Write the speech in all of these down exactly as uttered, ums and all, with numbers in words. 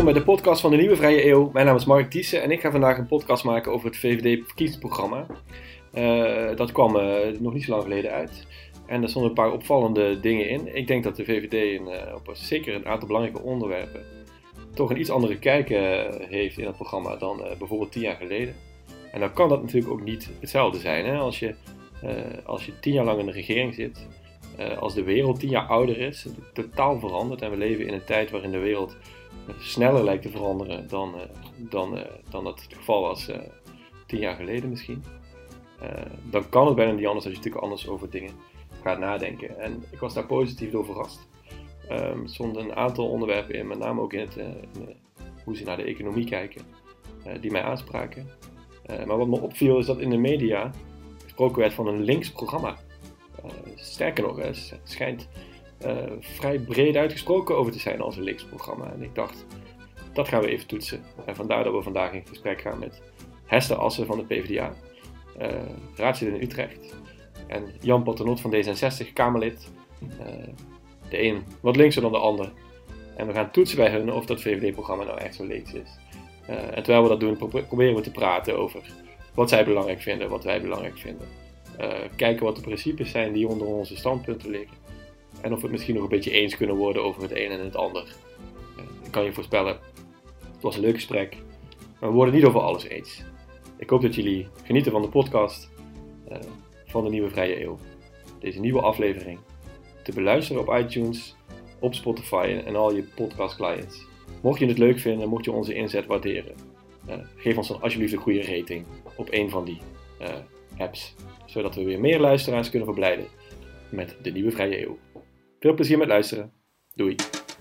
met de podcast van de Nieuwe Vrije Eeuw. Mijn naam is Mark Thiessen en ik ga vandaag een podcast maken over het V V D-verkiezingsprogramma. Uh, dat kwam uh, nog niet zo lang geleden uit. En er stonden een paar opvallende dingen in. Ik denk dat de V V D een, uh, op zeker een aantal belangrijke onderwerpen toch een iets andere kijk uh, heeft in het programma dan uh, bijvoorbeeld tien jaar geleden. En dan kan dat natuurlijk ook niet hetzelfde zijn. Hè? Als, je, uh, als je tien jaar lang in de regering zit, uh, als de wereld tien jaar ouder is, totaal veranderd. En we leven in een tijd waarin de wereld sneller lijkt te veranderen dan, uh, dan, uh, dan dat het geval was uh, tien jaar geleden misschien. Uh, dan kan het bijna niet anders als je natuurlijk anders over dingen gaat nadenken. En ik was daar positief door verrast. Um, er stonden een aantal onderwerpen in, met name ook in, het, uh, in uh, hoe ze naar de economie kijken, uh, die mij aanspraken. Uh, maar wat me opviel is dat in de media gesproken werd van een links programma. Uh, sterker nog, het schijnt uh, vrij breed uitgesproken over te zijn als een links programma. En ik dacht, dat gaan we even toetsen. En vandaar dat we vandaag in gesprek gaan met Hester Assen van de P v d A, uh, raadslid in Utrecht. En Jan Paternotte van D zesenzestig, Kamerlid. Uh, de een wat linkser dan de ander. En we gaan toetsen bij hun of dat V V D-programma nou echt zo links is. Uh, en terwijl we dat doen, pro- proberen we te praten over wat zij belangrijk vinden, wat wij belangrijk vinden. Uh, kijken wat de principes zijn die onder onze standpunten liggen. En of we het misschien nog een beetje eens kunnen worden over het een en het ander. Uh, ik kan je voorspellen, het was een leuk gesprek. Maar we worden niet over alles eens. Ik hoop dat jullie genieten van de podcast uh, van de Nieuwe Vrije Eeuw. Deze nieuwe aflevering te beluisteren op iTunes, op Spotify en al je podcast clients. Mocht je het leuk vinden, mocht je onze inzet waarderen, uh, geef ons dan alsjeblieft een goede rating op een van die uh, apps. Zodat we weer meer luisteraars kunnen verblijden met de Nieuwe Vrije Eeuw. Veel plezier met luisteren. Doei!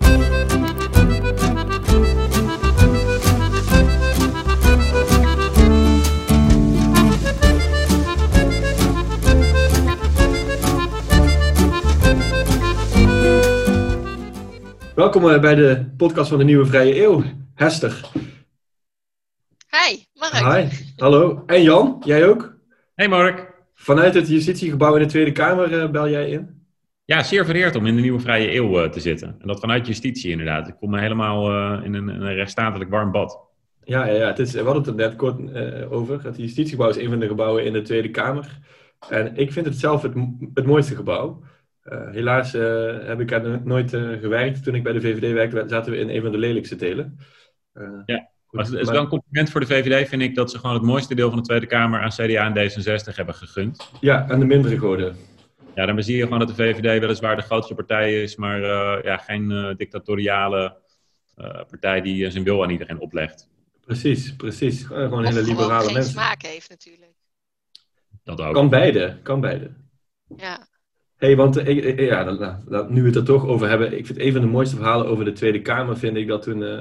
Welkom bij de podcast van de Nieuwe Vrije Eeuw. Hester. Hi, Mark. Hi, hallo. En Jan, jij ook? Hey Mark. Vanuit het justitiegebouw in de Tweede Kamer uh, bel jij in? Ja, zeer vereerd om in de Nieuwe Vrije Eeuw uh, te zitten. En dat vanuit justitie inderdaad. Ik voel me helemaal uh, in een, een rechtsstatelijk warm bad. Ja, ja, ja. Het is, we hadden het er net kort uh, over. Het justitiegebouw is een van de gebouwen in de Tweede Kamer. En ik vind het zelf het, het mooiste gebouw. Uh, helaas uh, heb ik er nooit uh, gewerkt. Toen ik bij de V V D werkte, zaten we in een van de lelijkste delen. Uh, ja, goed, maar het is wel een compliment voor de V V D, vind ik, dat ze gewoon het mooiste deel van de Tweede Kamer aan C D A en D zesenzestig hebben gegund. Ja, aan de mindere goden. Ja, dan zie je gewoon dat de V V D weliswaar de grootste partij is, maar uh, ja, geen uh, dictatoriale uh, partij die uh, zijn wil aan iedereen oplegt. Precies, precies. Uh, gewoon of hele liberale gewoon geen mensen. smaak heeft natuurlijk. Dat ook. Kan beide, kan beide. Ja. Hey, want ik, ja, dat, dat, nu we het er toch over hebben, ik vind een van de mooiste verhalen over de Tweede Kamer, vind ik dat toen, uh,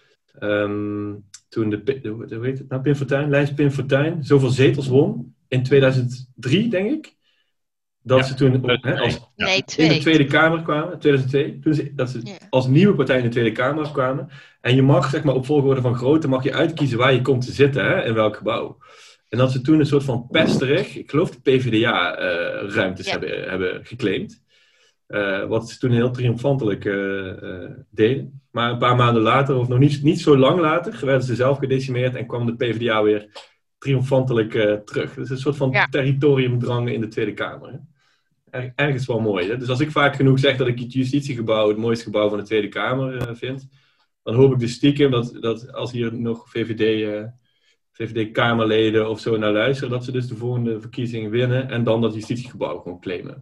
um, toen de, de, hoe heet het nou, Pim Fortuyn, lijst Pim Fortuyn, zoveel zetels won, in tweeduizend drie denk ik, dat ja, ze toen op, hè, als, nee, in de Tweede Kamer kwamen, tweeduizend twee, toen ze, dat ze ja. als nieuwe partij in de Tweede Kamer kwamen, en je mag zeg maar op volgorde van grootte, mag je uitkiezen waar je komt te zitten, hè, in welk gebouw. En dat ze toen een soort van pesterig, ik geloof de P V d A-ruimtes uh, ja. hebben, hebben geclaimd. Uh, wat ze toen heel triomfantelijk uh, uh, deden. Maar een paar maanden later, of nog niet, niet zo lang later, werden ze zelf gedecimeerd en kwam de P V d A weer triomfantelijk uh, terug. Dus een soort van ja. territoriumdrang in de Tweede Kamer. Hè? Er, ergens wel mooi. Hè? Dus als ik vaak genoeg zeg dat ik het justitiegebouw het mooiste gebouw van de Tweede Kamer uh, vind, dan hoop ik dus stiekem dat, dat als hier nog V V D... Uh, V V D-Kamerleden of zo naar luisteren, dat ze dus de volgende verkiezingen winnen en dan dat justitiegebouw gewoon claimen.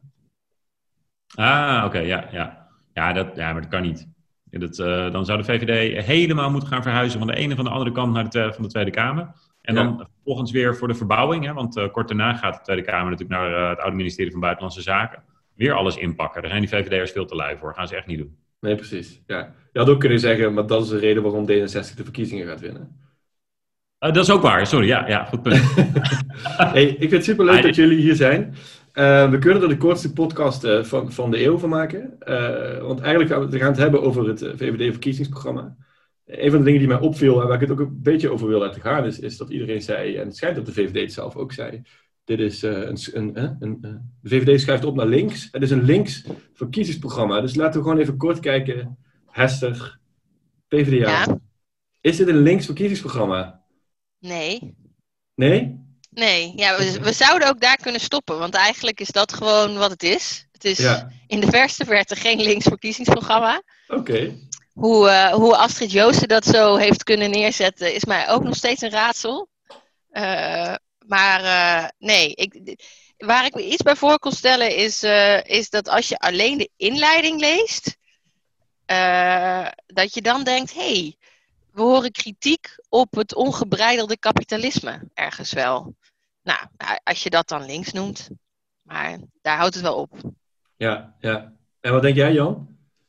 Ah, oké, okay, ja, ja. Ja, dat, ja, maar dat kan niet. Dat, uh, dan zou de V V D helemaal moeten gaan verhuizen van de ene van de andere kant naar de tweede, van de Tweede Kamer. En ja. dan vervolgens weer voor de verbouwing, hè, want uh, kort daarna gaat de Tweede Kamer natuurlijk naar uh, het oude ministerie van Buitenlandse Zaken. Weer alles inpakken. Daar zijn die V V D'ers veel te lui voor. Gaan ze echt niet doen. Nee, precies. Ja. Je had ook kunnen zeggen, maar dat is de reden waarom D zesenzestig de verkiezingen gaat winnen. Uh, dat is ook waar, sorry. Ja, ja goed punt. Hey, ik vind het superleuk dat jullie hier zijn. Uh, we kunnen er de kortste podcast uh, van, van de eeuw van maken. Uh, want eigenlijk gaan we, we gaan het hebben over het uh, V V D-verkiezingsprogramma. Een van de dingen die mij opviel en waar ik het ook een beetje over wil laten gaan, is, is dat iedereen zei, en het schijnt dat de V V D het zelf ook zei, dit is uh, een, een, een, een, uh, de V V D schuift op naar links. Het is een links verkiezingsprogramma. Dus laten we gewoon even kort kijken. Hester, P V D A, ja. Is dit een links verkiezingsprogramma? Nee. Nee? Nee, ja, we, we zouden ook daar kunnen stoppen, want eigenlijk is dat gewoon wat het is. Het is Ja. in de verste verte geen links verkiezingsprogramma. Oké. Okay. Hoe, uh, hoe Astrid Joosten dat zo heeft kunnen neerzetten, is mij ook nog steeds een raadsel. Uh, maar uh, nee, ik, waar ik me iets bij voor kon stellen is, uh, is dat als je alleen de inleiding leest, uh, dat je dan denkt, hé, hey, we horen kritiek op het ongebreidelde kapitalisme ergens wel. Nou, als je dat dan links noemt, maar daar houdt het wel op. Ja, ja. En wat denk jij, Jan?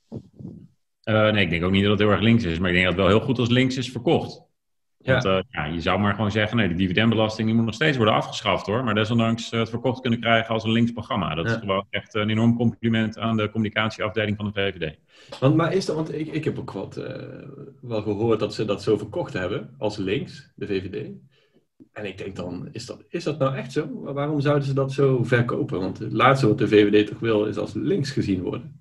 Uh, nee, ik denk ook niet dat het heel erg links is, maar ik denk dat het wel heel goed als links is verkocht. Want ja. Uh, ja, je zou maar gewoon zeggen, nee, de dividendbelasting die moet nog steeds worden afgeschaft hoor, maar desondanks uh, het verkocht kunnen krijgen als een links programma. Dat ja. is gewoon echt een enorm compliment aan de communicatieafdeling van de V V D. Want, maar is dat, want ik, ik heb ook wat uh, wel gehoord dat ze dat zo verkocht hebben als links, de V V D. En ik denk dan, is dat, is dat nou echt zo? Waarom zouden ze dat zo verkopen? Want het laatste wat de V V D toch wil, is als links gezien worden.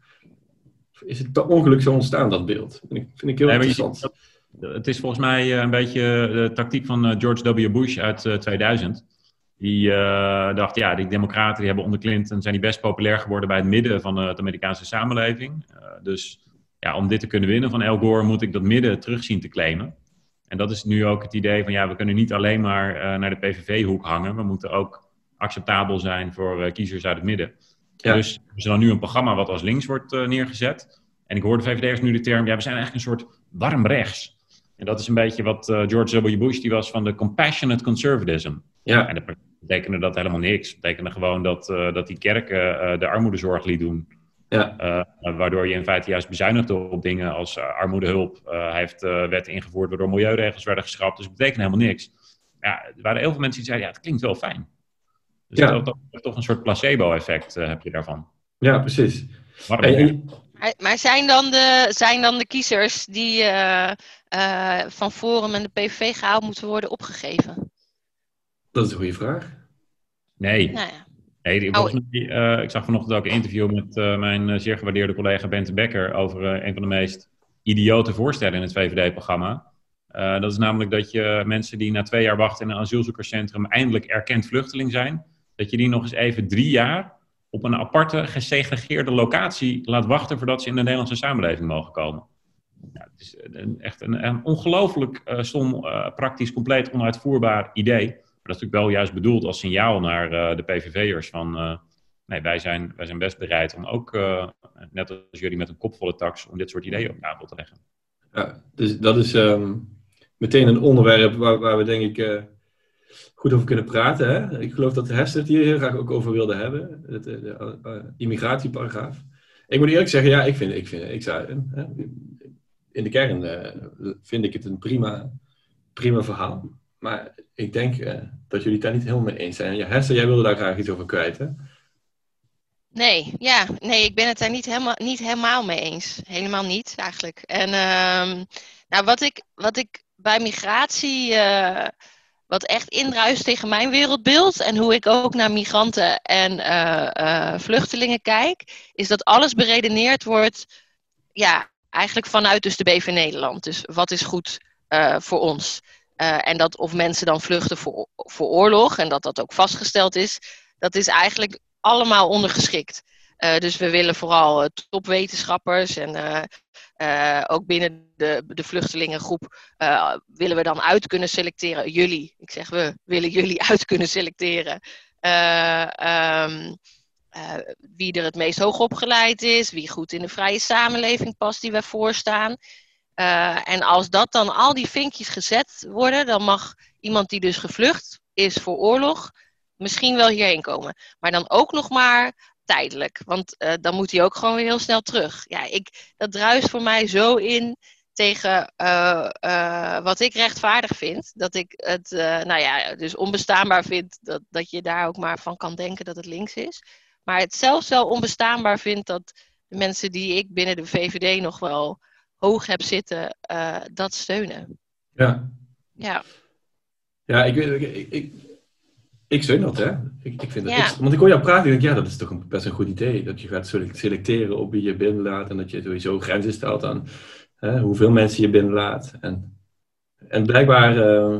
Is het per ongeluk zo ontstaan, dat beeld? Vind ik, vind ik heel nee, interessant. Je, dat, het is volgens mij een beetje de tactiek van George W. Bush uit uh, tweeduizend. Die uh, dacht, ja, die democraten die hebben onder Clinton zijn die best populair geworden bij het midden van uh, de Amerikaanse samenleving. Uh, dus ja, om dit te kunnen winnen van Al Gore moet ik dat midden terug zien te claimen. En dat is nu ook het idee van, ja, we kunnen niet alleen maar uh, naar de P V V-hoek hangen. We moeten ook acceptabel zijn voor uh, kiezers uit het midden. Ja. Dus we hebben dan nu een programma wat als links wordt uh, neergezet. En ik hoor de V V D'ers nu de term, ja, we zijn eigenlijk een soort warm rechts. En dat is een beetje wat uh, George W. Bush, die was van de compassionate conservatism. Ja. En dat betekende dat helemaal niks. Dat betekende gewoon dat, uh, dat die kerken uh, de armoedezorg liet doen. Ja. Uh, waardoor je in feite juist bezuinigde op dingen als uh, armoedehulp. Uh, hij heeft uh, wetten ingevoerd waardoor milieuregels werden geschrapt. Dus het betekende helemaal niks. Ja, er waren heel veel mensen die zeiden, ja, het klinkt wel fijn. Dus ja. dat, dat, toch een soort placebo-effect uh, heb je daarvan. Ja, precies. En, en... Maar, maar zijn, dan de, zijn dan de kiezers die uh, uh, van Forum en de P V V gehaald moeten worden opgegeven? Dat is een goede vraag. Nee. Nou ja. Nee, die, volgens mij, uh, ik zag vanochtend ook een interview met uh, mijn uh, zeer gewaardeerde collega Bente Becker over uh, een van de meest idiote voorstellen in het V V D-programma. Uh, dat is namelijk dat je mensen die na twee jaar wachten in een asielzoekerscentrum eindelijk erkend vluchteling zijn, dat je die nog eens even drie jaar op een aparte, gesegregeerde locatie laat wachten voordat ze in de Nederlandse samenleving mogen komen. Ja, het is een, echt een, een ongelooflijk uh, stom, uh, praktisch, compleet onuitvoerbaar idee. Maar dat is natuurlijk wel juist bedoeld als signaal naar uh, de P V V'ers van, uh, nee, wij zijn, wij zijn best bereid om ook, uh, net als jullie met een kopvolle tax, om dit soort ideeën op tafel te leggen. Ja, dus dat is um, meteen een onderwerp waar, waar we denk ik uh, goed over kunnen praten. Hè? Ik geloof dat Hester het hier heel graag ook over wilde hebben, het, de, de uh, immigratieparagraaf. Ik moet eerlijk zeggen, ja, ik vind, ik vind, ik zou, uh, in de kern uh, vind ik het een prima, prima verhaal. Maar ik denk uh, dat jullie het daar niet helemaal mee eens zijn. Ja, Hester, jij wilde daar graag iets over kwijt, hè? Nee, ja, nee, ik ben het daar niet helemaal, niet helemaal mee eens. Helemaal niet, eigenlijk. En uh, nou, wat ik, wat ik bij migratie, uh, wat echt indruist tegen mijn wereldbeeld en hoe ik ook naar migranten en uh, uh, vluchtelingen kijk, is dat alles beredeneerd wordt, ja, eigenlijk vanuit dus de B V Nederland. Dus wat is goed uh, voor ons? Uh, en dat of mensen dan vluchten voor, voor oorlog en dat dat ook vastgesteld is, dat is eigenlijk allemaal ondergeschikt. Uh, dus we willen vooral uh, topwetenschappers en uh, uh, ook binnen de, de vluchtelingengroep uh, willen we dan uit kunnen selecteren. Jullie, ik zeg we, willen jullie uit kunnen selecteren. Uh, um, uh, wie er het meest hoog opgeleid is, wie goed in de vrije samenleving past die wij voorstaan. Uh, en als dat dan al die vinkjes gezet worden, dan mag iemand die dus gevlucht is voor oorlog misschien wel hierheen komen. Maar dan ook nog maar tijdelijk. Want uh, dan moet hij ook gewoon weer heel snel terug. Ja, ik, dat druist voor mij zo in tegen uh, uh, wat ik rechtvaardig vind. Dat ik het uh, nou ja, dus onbestaanbaar vind dat, dat je daar ook maar van kan denken dat het links is. Maar het zelfs wel onbestaanbaar vind dat de mensen die ik binnen de V V D nog wel hoog heb zitten, uh, dat steunen. Ja. Ja. Ja, ik weet ik, ik, ik steun dat, hè. Ik, ik vind dat, ja. ik, want ik hoor jou praten en denk, ja, dat is toch een, best een goed idee. Dat je gaat selecteren op wie je binnenlaat en dat je sowieso grenzen stelt aan hè, hoeveel mensen je binnenlaat. En en blijkbaar uh,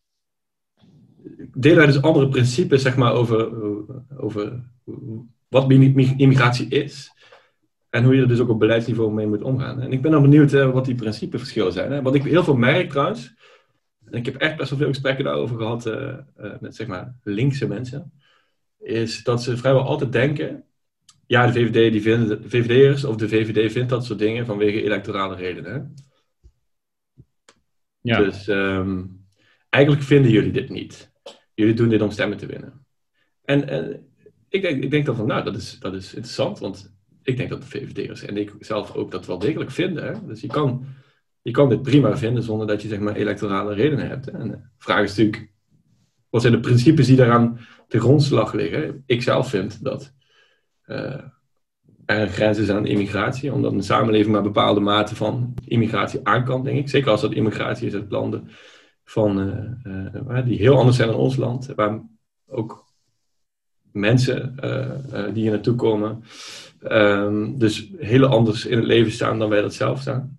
delen wij dus andere principes, zeg maar, over, over wat immigratie is. En hoe je er dus ook op beleidsniveau mee moet omgaan. En ik ben dan benieuwd uh, wat die principeverschillen zijn. Hè? Wat ik heel veel merk trouwens, en ik heb echt best wel veel gesprekken daarover gehad uh, uh, met, zeg maar, linkse mensen, is dat ze vrijwel altijd denken, ja, de V V D, die vinden, de V V D'ers of de V V D vindt dat soort dingen vanwege electorale redenen. Hè? Ja. Dus um, eigenlijk vinden jullie dit niet. Jullie doen dit om stemmen te winnen. En, en ik, denk, ik denk dan van, nou, dat is, dat is interessant, want ik denk dat de V V D'ers en ik zelf ook dat wel degelijk vinden. Hè? Dus je kan, je kan dit prima vinden zonder dat je, zeg maar, electorale redenen hebt. Hè? En de vraag is natuurlijk, wat zijn de principes die daaraan ten grondslag liggen? Ik zelf vind dat uh, er een grens is aan immigratie, omdat een samenleving maar bepaalde mate van immigratie aan kan, denk ik. Zeker als dat immigratie is uit landen van, uh, uh, die heel anders zijn dan ons land, waar ook mensen uh, uh, die hier naartoe komen, um, dus heel anders in het leven staan dan wij dat zelf staan.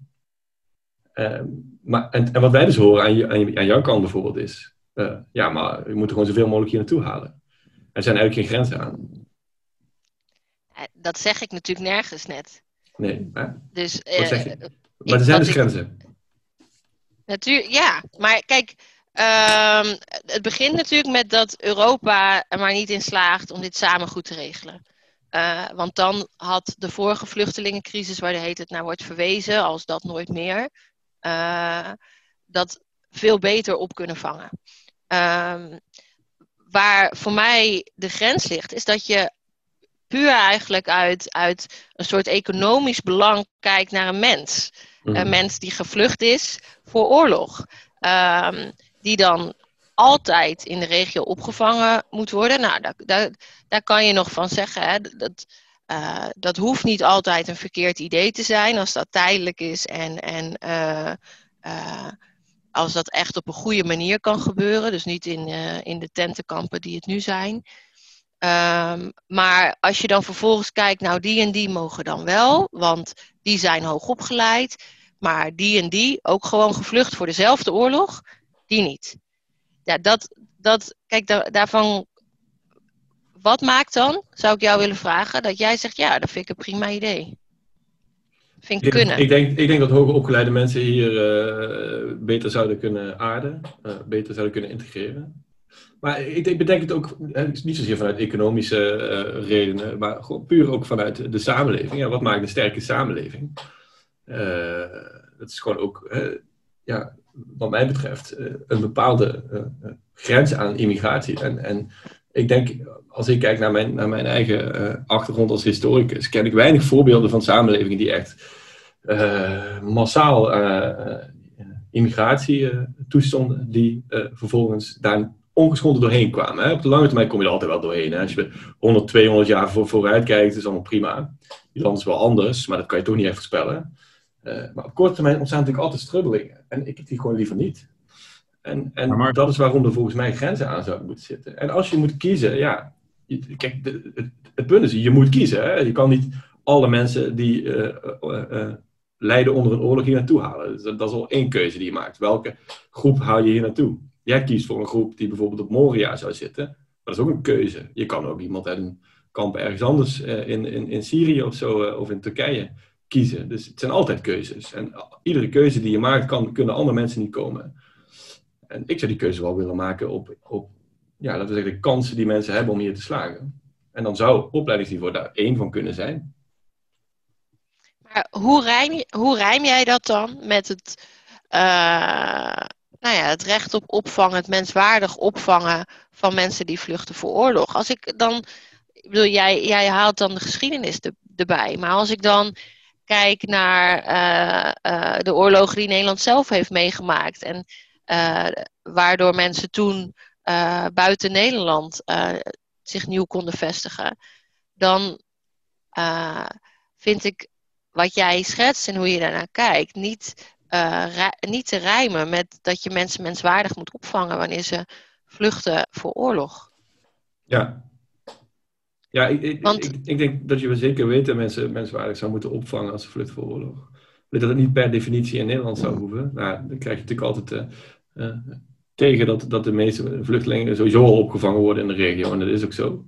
Um, maar, en, en wat wij dus horen aan, aan, aan jouw kant bijvoorbeeld is, uh, ja, maar je moet er gewoon zoveel mogelijk hier naartoe halen. Er zijn eigenlijk geen grenzen aan. Dat zeg ik natuurlijk nergens net. Nee, maar, dus, wat uh, zeg je? Maar er zijn dus ik, grenzen. Natuurlijk, ja. Maar kijk, um, het begint natuurlijk met dat Europa er maar niet in slaagt om dit samen goed te regelen. Uh, want dan had de vorige vluchtelingencrisis, waar de heet het naar wordt verwezen, als dat nooit meer, uh, dat veel beter op kunnen vangen. Um, waar voor mij de grens ligt, is dat je puur eigenlijk uit, uit een soort economisch belang kijkt naar een mens. Mm. Een mens die gevlucht is voor oorlog. Um, die dan altijd in de regio opgevangen moet worden. Nou, daar, daar, daar kan je nog van zeggen. Hè, dat, uh, dat hoeft niet altijd een verkeerd idee te zijn. Als dat tijdelijk is en, en uh, uh, als dat echt op een goede manier kan gebeuren. Dus niet in, uh, in de tentenkampen die het nu zijn. Um, maar als je dan vervolgens kijkt, nou die en die mogen dan wel, want die zijn hoog opgeleid, maar die en die, ook gewoon gevlucht voor dezelfde oorlog, die niet. Ja, dat, dat kijk, da- daarvan, wat maakt dan, zou ik jou willen vragen, dat jij zegt, ja, dat vind ik een prima idee. Vind ik, ik kunnen. Ik denk, ik denk dat hoger opgeleide mensen hier uh, beter zouden kunnen aarden, uh, beter zouden kunnen integreren. Maar ik, ik bedenk het ook, niet zozeer vanuit economische uh, redenen, maar gewoon puur ook vanuit de samenleving. Ja, wat maakt een sterke samenleving? Uh, dat is gewoon ook, uh, ja, wat mij betreft, uh, een bepaalde uh, grens aan immigratie. En, en ik denk, als ik kijk naar mijn, naar mijn eigen uh, achtergrond als historicus, ken ik weinig voorbeelden van samenlevingen die echt uh, massaal uh, immigratie uh, toestonden, die uh, vervolgens daar ongeschonden doorheen kwamen. Hè? Op de lange termijn kom je er altijd wel doorheen. Hè? Als je honderd, tweehonderd jaar voor, vooruit kijkt, is allemaal prima. Die land is wel anders, maar dat kan je toch niet echt voorspellen. Uh, maar op korte termijn ontstaan natuurlijk altijd strubbelingen. En ik heb die gewoon liever niet. En, en maar... dat is waarom er volgens mij grenzen aan zouden moeten zitten. En als je moet kiezen, ja, je, kijk, de, het, het punt is, je moet kiezen. Hè? Je kan niet alle mensen die uh, uh, uh, lijden onder een oorlog hier naartoe halen. Dus dat, dat is al één keuze die je maakt. Welke groep haal je hier naartoe? Jij kiest voor een groep die bijvoorbeeld op Moria zou zitten. Maar dat is ook een keuze. Je kan ook iemand uit een kamp ergens anders uh, in, in, in Syrië of zo, uh, of in Turkije kiezen. Dus het zijn altijd keuzes. En iedere keuze die je maakt, kan, kunnen andere mensen niet komen. En ik zou die keuze wel willen maken op, op ja, laten we zeggen, de kansen die mensen hebben om hier te slagen. En dan zou opleidingsniveau daar één van kunnen zijn. Maar hoe rijm, hoe rijm jij dat dan met het... Uh... Nou ja, het recht op opvangen, het menswaardig opvangen van mensen die vluchten voor oorlog. Als ik dan, ik bedoel, jij, jij haalt dan de geschiedenis de, erbij, maar als ik dan kijk naar uh, uh, de oorlogen die Nederland zelf heeft meegemaakt en uh, waardoor mensen toen uh, buiten Nederland uh, zich nieuw konden vestigen, dan uh, vind ik wat jij schetst en hoe je daarnaar kijkt niet... Uh, ri- niet te rijmen met dat je mensen menswaardig moet opvangen wanneer ze vluchten voor oorlog. Ja, ja ik, ik, Want, ik, ik denk dat je zeker weten mensen menswaardig zou moeten opvangen als ze vluchten voor oorlog. dat het niet per definitie in Nederland zou hoeven. Nou, dan krijg je natuurlijk altijd uh, uh, tegen dat, dat de meeste vluchtelingen sowieso al opgevangen worden in de regio. En dat is ook zo.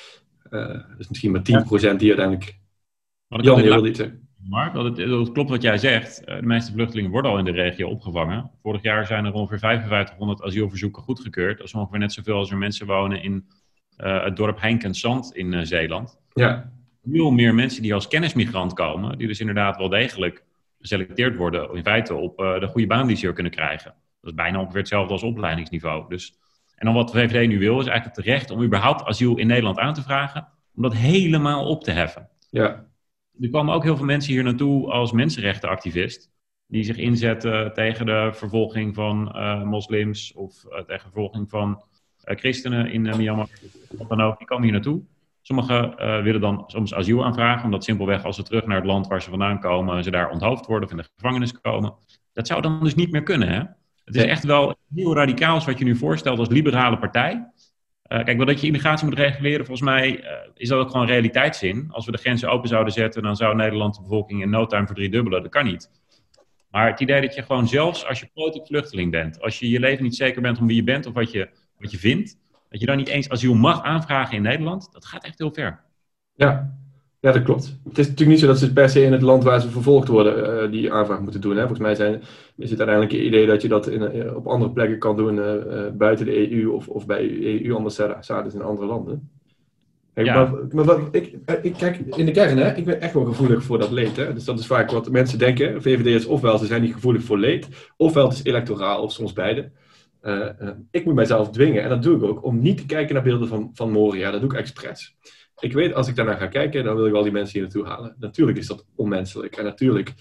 Uh, dus misschien maar tien procent die uiteindelijk... Jan, je wilde iets zeggen. Mark, dat, het, dat het klopt wat jij zegt. De meeste vluchtelingen worden al in de regio opgevangen. Vorig jaar zijn er ongeveer vijfenvijftighonderd asielverzoeken goedgekeurd. Dat is ongeveer net zoveel als er mensen wonen in uh, het dorp Heinkensand in uh, Zeeland. Ja. Veel meer mensen die als kennismigrant komen, die dus inderdaad wel degelijk geselecteerd worden in feite op uh, de goede baan die ze hier kunnen krijgen. Dat is bijna ongeveer hetzelfde als opleidingsniveau. Dus, en dan wat de V V D nu wil, is eigenlijk het recht om überhaupt asiel in Nederland aan te vragen, om dat helemaal op te heffen. Ja. Er komen ook heel veel mensen hier naartoe als mensenrechtenactivist, die zich inzetten tegen de vervolging van uh, moslims of uh, tegen de vervolging van uh, christenen in uh, Myanmar. Wat dan ook, die komen hier naartoe. Sommigen uh, willen dan soms asiel aanvragen, omdat simpelweg als ze terug naar het land waar ze vandaan komen, ze daar onthoofd worden of in de gevangenis komen. Dat zou dan dus niet meer kunnen, hè? Het is echt wel heel radicaals wat je nu voorstelt als liberale partij. Uh, kijk, wel dat je immigratie moet reguleren, volgens mij uh, is dat ook gewoon realiteitszin. Als we de grenzen open zouden zetten, dan zou Nederland de bevolking in no time verdriedubbelen. Dat kan niet. Maar het idee dat je gewoon zelfs als je politiek vluchteling bent, als je je leven niet zeker bent om wie je bent of wat je, wat je vindt, dat je dan niet eens asiel mag aanvragen in Nederland, dat gaat echt heel ver. Ja, ja dat klopt. Het is natuurlijk niet zo dat ze per se in het land waar ze vervolgd worden uh, die aanvraag moeten doen. Hè. Volgens mij zijn, is het uiteindelijk het idee dat je dat in, uh, op andere plekken kan doen uh, uh, buiten de E U of, of bij E U-ambassades in andere landen. Kijk, ja. maar, maar wat, ik, ik, kijk, in de kern, hè, ik ben echt wel gevoelig voor dat leed. Hè. Dus dat is vaak wat mensen denken. V V D is ofwel ze zijn niet gevoelig voor leed, ofwel het is electoraal, of soms beide. Uh, uh, ik moet mijzelf dwingen, en dat doe ik ook, om niet te kijken naar beelden van, van Moria. Dat doe ik expres. Ik weet, als ik daarnaar ga kijken, dan wil ik al die mensen hier naartoe halen. Natuurlijk is dat onmenselijk. En natuurlijk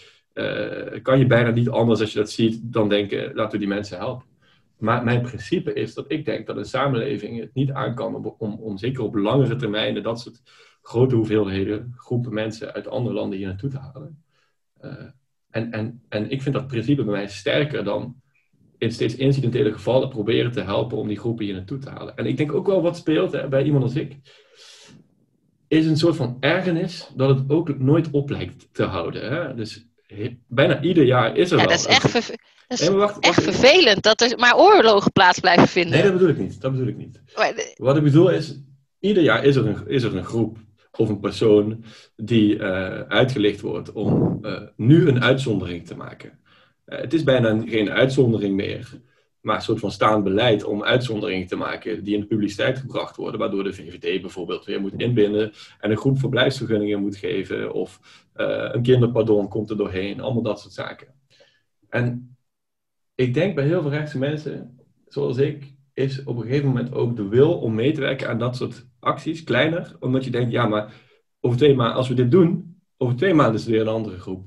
uh, kan je bijna niet anders als je dat ziet, dan denken, laten we die mensen helpen. Maar mijn principe is dat ik denk dat een samenleving het niet aan kan om, om, om zeker op langere termijn dat soort grote hoeveelheden groepen mensen uit andere landen hier naartoe te halen. Uh, en, en, en ik vind dat principe bij mij sterker dan in steeds incidentele gevallen proberen te helpen om die groepen hier naartoe te halen. En ik denk ook wel wat speelt hè, bij iemand als ik, is een soort van ergernis dat het ook nooit op lijkt te houden. Hè? Dus he, bijna ieder jaar is er ja, wel... Dat is echt, ver, dat is nee, wacht, echt wacht, vervelend dat er maar oorlogen plaats blijven vinden. Nee, dat bedoel ik niet. Dat bedoel ik niet. De... Wat ik bedoel is, ieder jaar is er een, is er een groep of een persoon die uh, uitgelicht wordt om uh, nu een uitzondering te maken. Uh, het is bijna geen uitzondering meer, maar een soort van staand beleid om uitzonderingen te maken die in de publiciteit gebracht worden, waardoor de V V D bijvoorbeeld weer moet inbinden en een groep verblijfsvergunningen moet geven of uh, een kinderpardon komt er doorheen, allemaal dat soort zaken. En ik denk bij heel veel rechtse mensen, zoals ik, is op een gegeven moment ook de wil om mee te werken aan dat soort acties kleiner, omdat je denkt, ja, maar over twee maanden, als we dit doen, over twee maanden is het weer een andere groep.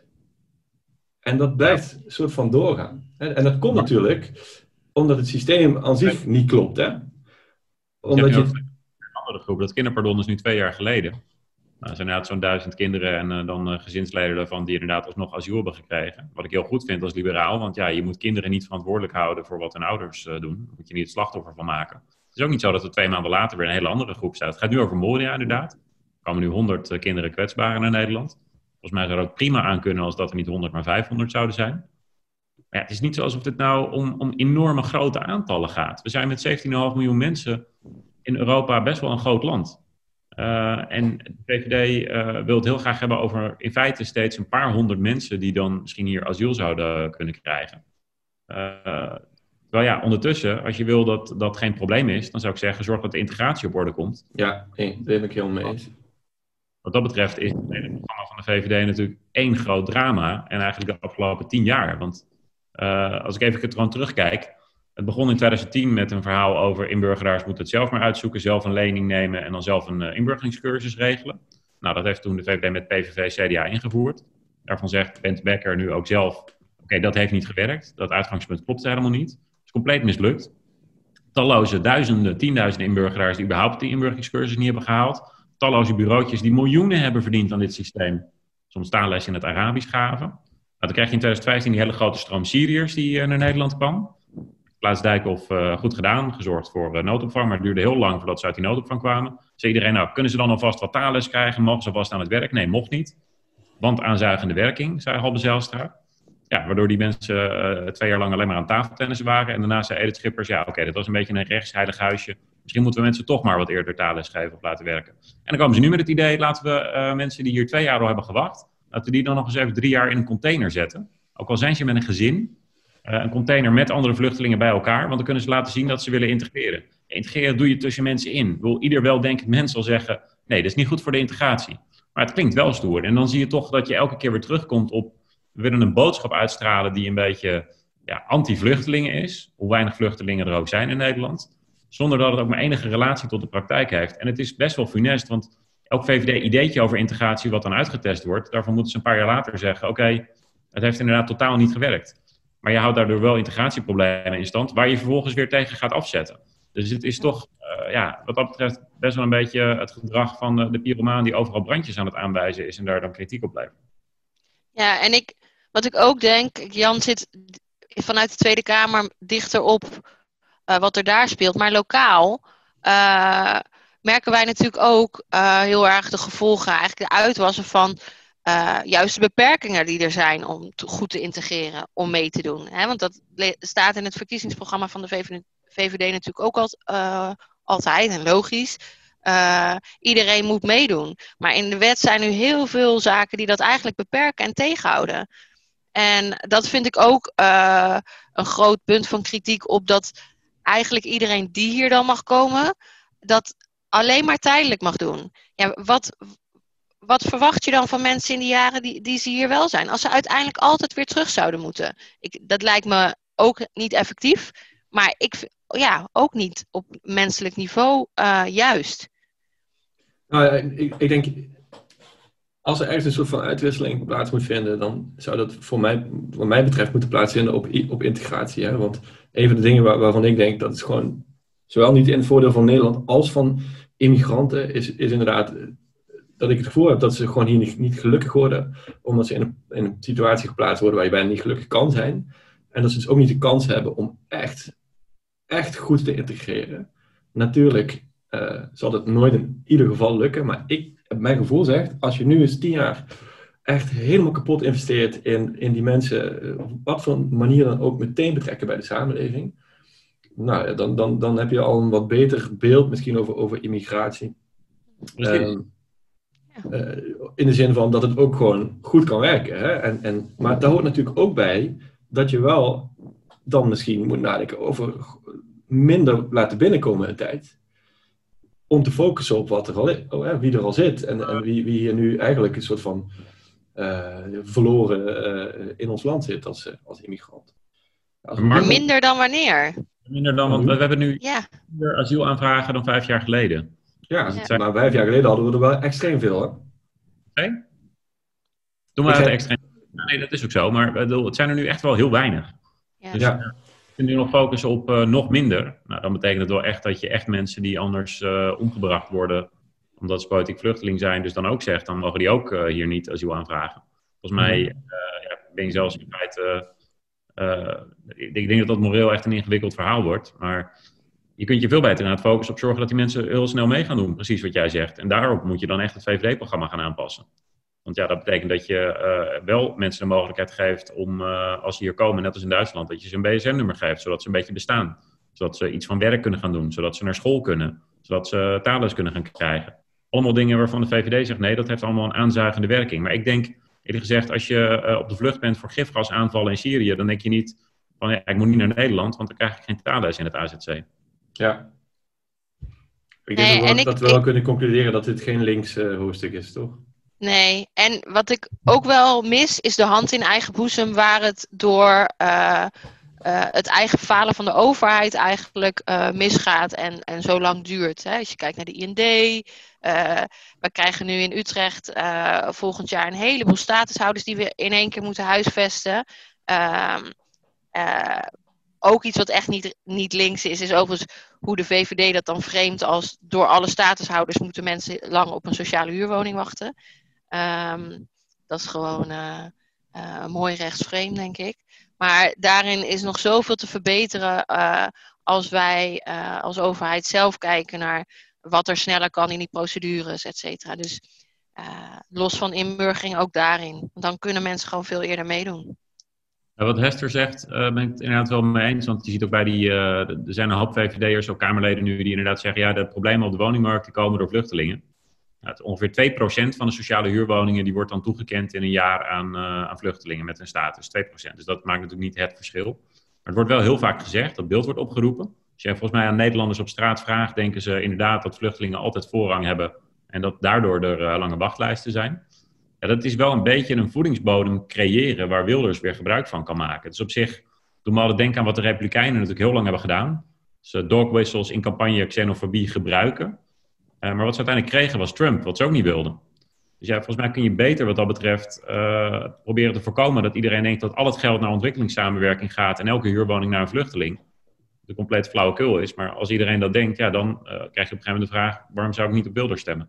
En dat blijft een soort van doorgaan. En dat komt natuurlijk omdat het systeem aan zich niet klopt. Hè? Omdat je... Een andere groep, dat kinderpardon is nu twee jaar geleden. Nou, er zijn inderdaad zo'n duizend kinderen en uh, dan uh, gezinsleden daarvan die inderdaad alsnog asiel hebben gekregen. Wat ik heel goed vind als liberaal, want ja, je moet kinderen niet verantwoordelijk houden voor wat hun ouders uh, doen. Daar moet je niet het slachtoffer van maken. Het is ook niet zo dat er twee maanden later weer een hele andere groep staat. Het gaat nu over Moria inderdaad. Er komen nu honderd uh, kinderen kwetsbaren naar Nederland. Volgens mij zou dat ook prima aan kunnen als dat er niet honderd, maar vijfhonderd zouden zijn. Maar ja, het is niet zo alsof het nou om, om enorme grote aantallen gaat. We zijn met zeventien komma vijf miljoen mensen in Europa best wel een groot land. Uh, en de V V D uh, wil het heel graag hebben over in feite steeds een paar honderd mensen die dan misschien hier asiel zouden kunnen krijgen. Uh, terwijl ja, ondertussen, als je wil dat dat geen probleem is, dan zou ik zeggen, zorg dat de integratie op orde komt. Ja, nee, daar ben ik heel mee eens. Wat dat betreft is het hele programma van de V V D natuurlijk één groot drama. En eigenlijk de afgelopen tien jaar. Want uh, als ik even gewoon terugkijk. Het begon in twintig tien met een verhaal over inburgeraars moeten het zelf maar uitzoeken. Zelf een lening nemen en dan zelf een uh, inburgeringscursus regelen. Nou, dat heeft toen de V V D met P V V C D A ingevoerd. Daarvan zegt Bente Bekker nu ook zelf. Oké, okay, dat heeft niet gewerkt. Dat uitgangspunt klopt helemaal niet. Het is compleet mislukt. Talloze duizenden, tienduizenden inburgeraars die überhaupt die inburgeringscursus niet hebben gehaald. Talloze bureautjes die miljoenen hebben verdiend aan dit systeem. Soms taalles in het Arabisch gaven. Nou, dan krijg je in twintig vijftien die hele grote stroom Syriërs die uh, naar Nederland kwam. Klaas Dijkhoff uh, goed gedaan, gezorgd voor uh, noodopvang. Maar het duurde heel lang voordat ze uit die noodopvang kwamen. Zei iedereen, nou, kunnen ze dan alvast wat taalles krijgen? Mogen ze alvast aan het werk? Nee, mocht niet. want aanzuigende werking, zei Halbe Zijlstra. Ja, waardoor die mensen uh, twee jaar lang alleen maar aan tafeltennissen waren. En daarna zei Edith Schippers, ja oké, okay, dit was een beetje een rechtsheilig huisje. Misschien moeten we mensen toch maar wat eerder taalles geven of laten werken. En dan komen ze nu met het idee, laten we uh, mensen die hier twee jaar al hebben gewacht, laten we die dan nog eens even drie jaar in een container zetten. Ook al zijn ze met een gezin, uh, een container met andere vluchtelingen bij elkaar, want dan kunnen ze laten zien dat ze willen integreren. Integreren doe je tussen mensen in. Ik bedoel, ieder weldenkend mens zal zeggen, nee, dat is niet goed voor de integratie. Maar het klinkt wel stoer. En dan zie je toch dat je elke keer weer terugkomt op, we willen een boodschap uitstralen die een beetje ja, anti-vluchtelingen is. Hoe weinig vluchtelingen er ook zijn in Nederland. Zonder dat het ook maar enige relatie tot de praktijk heeft. En het is best wel funest, want elk V V D-ideetje over integratie wat dan uitgetest wordt, daarvan moeten ze een paar jaar later zeggen, oké, okay, het heeft inderdaad totaal niet gewerkt. Maar je houdt daardoor wel integratieproblemen in stand, waar je vervolgens weer tegen gaat afzetten. Dus het is toch, uh, ja, wat dat betreft best wel een beetje het gedrag van de, de pyromaan die overal brandjes aan het aanwijzen is en daar dan kritiek op blijft. Ja, en ik, wat ik ook denk, Jan zit vanuit de Tweede Kamer dichter op uh, wat er daar speelt. Maar lokaal uh, merken wij natuurlijk ook uh, heel erg de gevolgen, eigenlijk de uitwassen van uh, juist de beperkingen die er zijn om te, goed te integreren, om mee te doen. Hè? Want dat le- staat in het verkiezingsprogramma van de V V D natuurlijk ook al, uh, altijd en logisch. Uh, iedereen moet meedoen. Maar in de wet zijn nu heel veel zaken die dat eigenlijk beperken en tegenhouden. En dat vind ik ook uh, een groot punt van kritiek op dat eigenlijk iedereen die hier dan mag komen, dat alleen maar tijdelijk mag doen. Ja, wat, wat verwacht je dan van mensen in die jaren die, die ze hier wel zijn? Als ze uiteindelijk altijd weer terug zouden moeten. Ik, dat lijkt me ook niet effectief, maar ik, ja, ook niet op menselijk niveau uh, juist. Nou ja, ik, ik denk, als er ergens een soort van uitwisseling plaats moet vinden, dan zou dat voor mij, wat mij betreft moeten plaatsvinden op, op integratie. Hè? Want een van de dingen waar, waarvan ik denk, dat is gewoon zowel niet in het voordeel van Nederland als van immigranten, is, is inderdaad dat ik het gevoel heb dat ze gewoon hier niet, niet gelukkig worden, omdat ze in een, in een situatie geplaatst worden waar je bijna niet gelukkig kan zijn. En dat ze dus ook niet de kans hebben om echt, echt goed te integreren. Natuurlijk Uh, zal het nooit in ieder geval lukken. Maar ik, mijn gevoel zegt, als je nu eens tien jaar echt helemaal kapot investeert in, in die mensen, uh, op wat voor manier dan ook meteen betrekken bij de samenleving, nou ja, dan, dan, dan heb je al een wat beter beeld misschien over, over immigratie. Uh, uh, in de zin van dat het ook gewoon goed kan werken. Hè? En, en, maar daar hoort natuurlijk ook bij dat je wel dan misschien moet nadenken over minder laten binnenkomen in tijd. Om te focussen op wat er al is, oh, hè, wie er al zit. En, en wie, wie hier nu eigenlijk een soort van uh, verloren uh, in ons land zit als, als immigrant. Als maar minder dan wanneer? Minder dan, want we, we hebben nu ja. meer asielaanvragen dan vijf jaar geleden. Ja, ja, maar vijf jaar geleden hadden we er wel extreem veel. Hè? Nee? Toen waren het extreem. Nee, dat is ook zo. Maar het zijn er nu echt wel heel weinig. Ja. Dus, ja. Je nu nog focussen op uh, nog minder. Nou, dan betekent het wel echt dat je echt mensen die anders uh, omgebracht worden, omdat ze politiek vluchteling zijn, dus dan ook zegt, dan mogen die ook uh, hier niet asiel aanvragen. Volgens mij uh, ja, ben je zelfs in feite, uh, ik, ik denk dat dat moreel echt een ingewikkeld verhaal wordt, maar je kunt je veel beter aan het focussen op zorgen dat die mensen heel snel mee gaan doen, precies wat jij zegt. En daarop moet je dan echt het V V D-programma gaan aanpassen. Want ja, dat betekent dat je uh, wel mensen de mogelijkheid geeft om, uh, als ze hier komen, net als in Duitsland, dat je ze een B S N-nummer geeft, zodat ze een beetje bestaan. Zodat ze iets van werk kunnen gaan doen, zodat ze naar school kunnen, zodat ze taalles kunnen gaan krijgen. Allemaal dingen waarvan de V V D zegt, nee, dat heeft allemaal een aanzuigende werking. Maar ik denk, eerlijk gezegd, als je uh, op de vlucht bent voor gifgasaanvallen in Syrië, dan denk je niet van, ja, ik moet niet naar Nederland, want dan krijg ik geen taalles in het A Z C. Ja. Ik denk nee, wel, dat ik, we wel ik... kunnen concluderen dat dit geen links uh, hoofdstuk is, toch? Nee, en wat ik ook wel mis is de hand in eigen boezem waar het door uh, uh, het eigen falen van de overheid eigenlijk uh, misgaat en, en zo lang duurt. Hè. Als je kijkt naar de I N D, uh, we krijgen nu in Utrecht uh, volgend jaar een heleboel statushouders die we in één keer moeten huisvesten. Uh, uh, ook iets wat echt niet, niet links is, is overigens hoe de V V D dat dan vreemd als door alle statushouders moeten mensen lang op een sociale huurwoning wachten. Um, dat is gewoon uh, uh, mooi rechtsvreemd, denk ik. Maar daarin is nog zoveel te verbeteren uh, als wij uh, als overheid zelf kijken naar wat er sneller kan in die procedures, et cetera. Dus uh, los van inburgering ook daarin. Dan kunnen mensen gewoon veel eerder meedoen. Wat Hester zegt, uh, ben ik het inderdaad wel mee eens. Want je ziet ook bij die, uh, er zijn een hoop V V D'ers, ook Kamerleden nu, die inderdaad zeggen, ja, de problemen op de woningmarkt die komen door vluchtelingen. Nou, ongeveer twee procent van de sociale huurwoningen die wordt dan toegekend in een jaar aan, uh, aan vluchtelingen met een status. twee procent. Dus dat maakt natuurlijk niet het verschil. Maar het wordt wel heel vaak gezegd, dat beeld wordt opgeroepen. Als je volgens mij aan Nederlanders op straat vraagt, denken ze inderdaad dat vluchtelingen altijd voorrang hebben. En dat daardoor er uh, lange wachtlijsten zijn. Ja, dat is wel een beetje een voedingsbodem creëren waar Wilders weer gebruik van kan maken. Dus op zich doen we altijd denken aan wat de Republikeinen natuurlijk heel lang hebben gedaan. Dus uh, dog whistles in campagne xenofobie gebruiken. Uh, maar wat ze uiteindelijk kregen was Trump, wat ze ook niet wilden. Dus ja, volgens mij kun je beter wat dat betreft uh, proberen te voorkomen dat iedereen denkt dat al het geld naar ontwikkelingssamenwerking gaat en elke huurwoning naar een vluchteling. De compleet flauwekul is. Maar als iedereen dat denkt, ja, dan uh, krijg je op een gegeven moment de vraag, waarom zou ik niet op Wilders stemmen?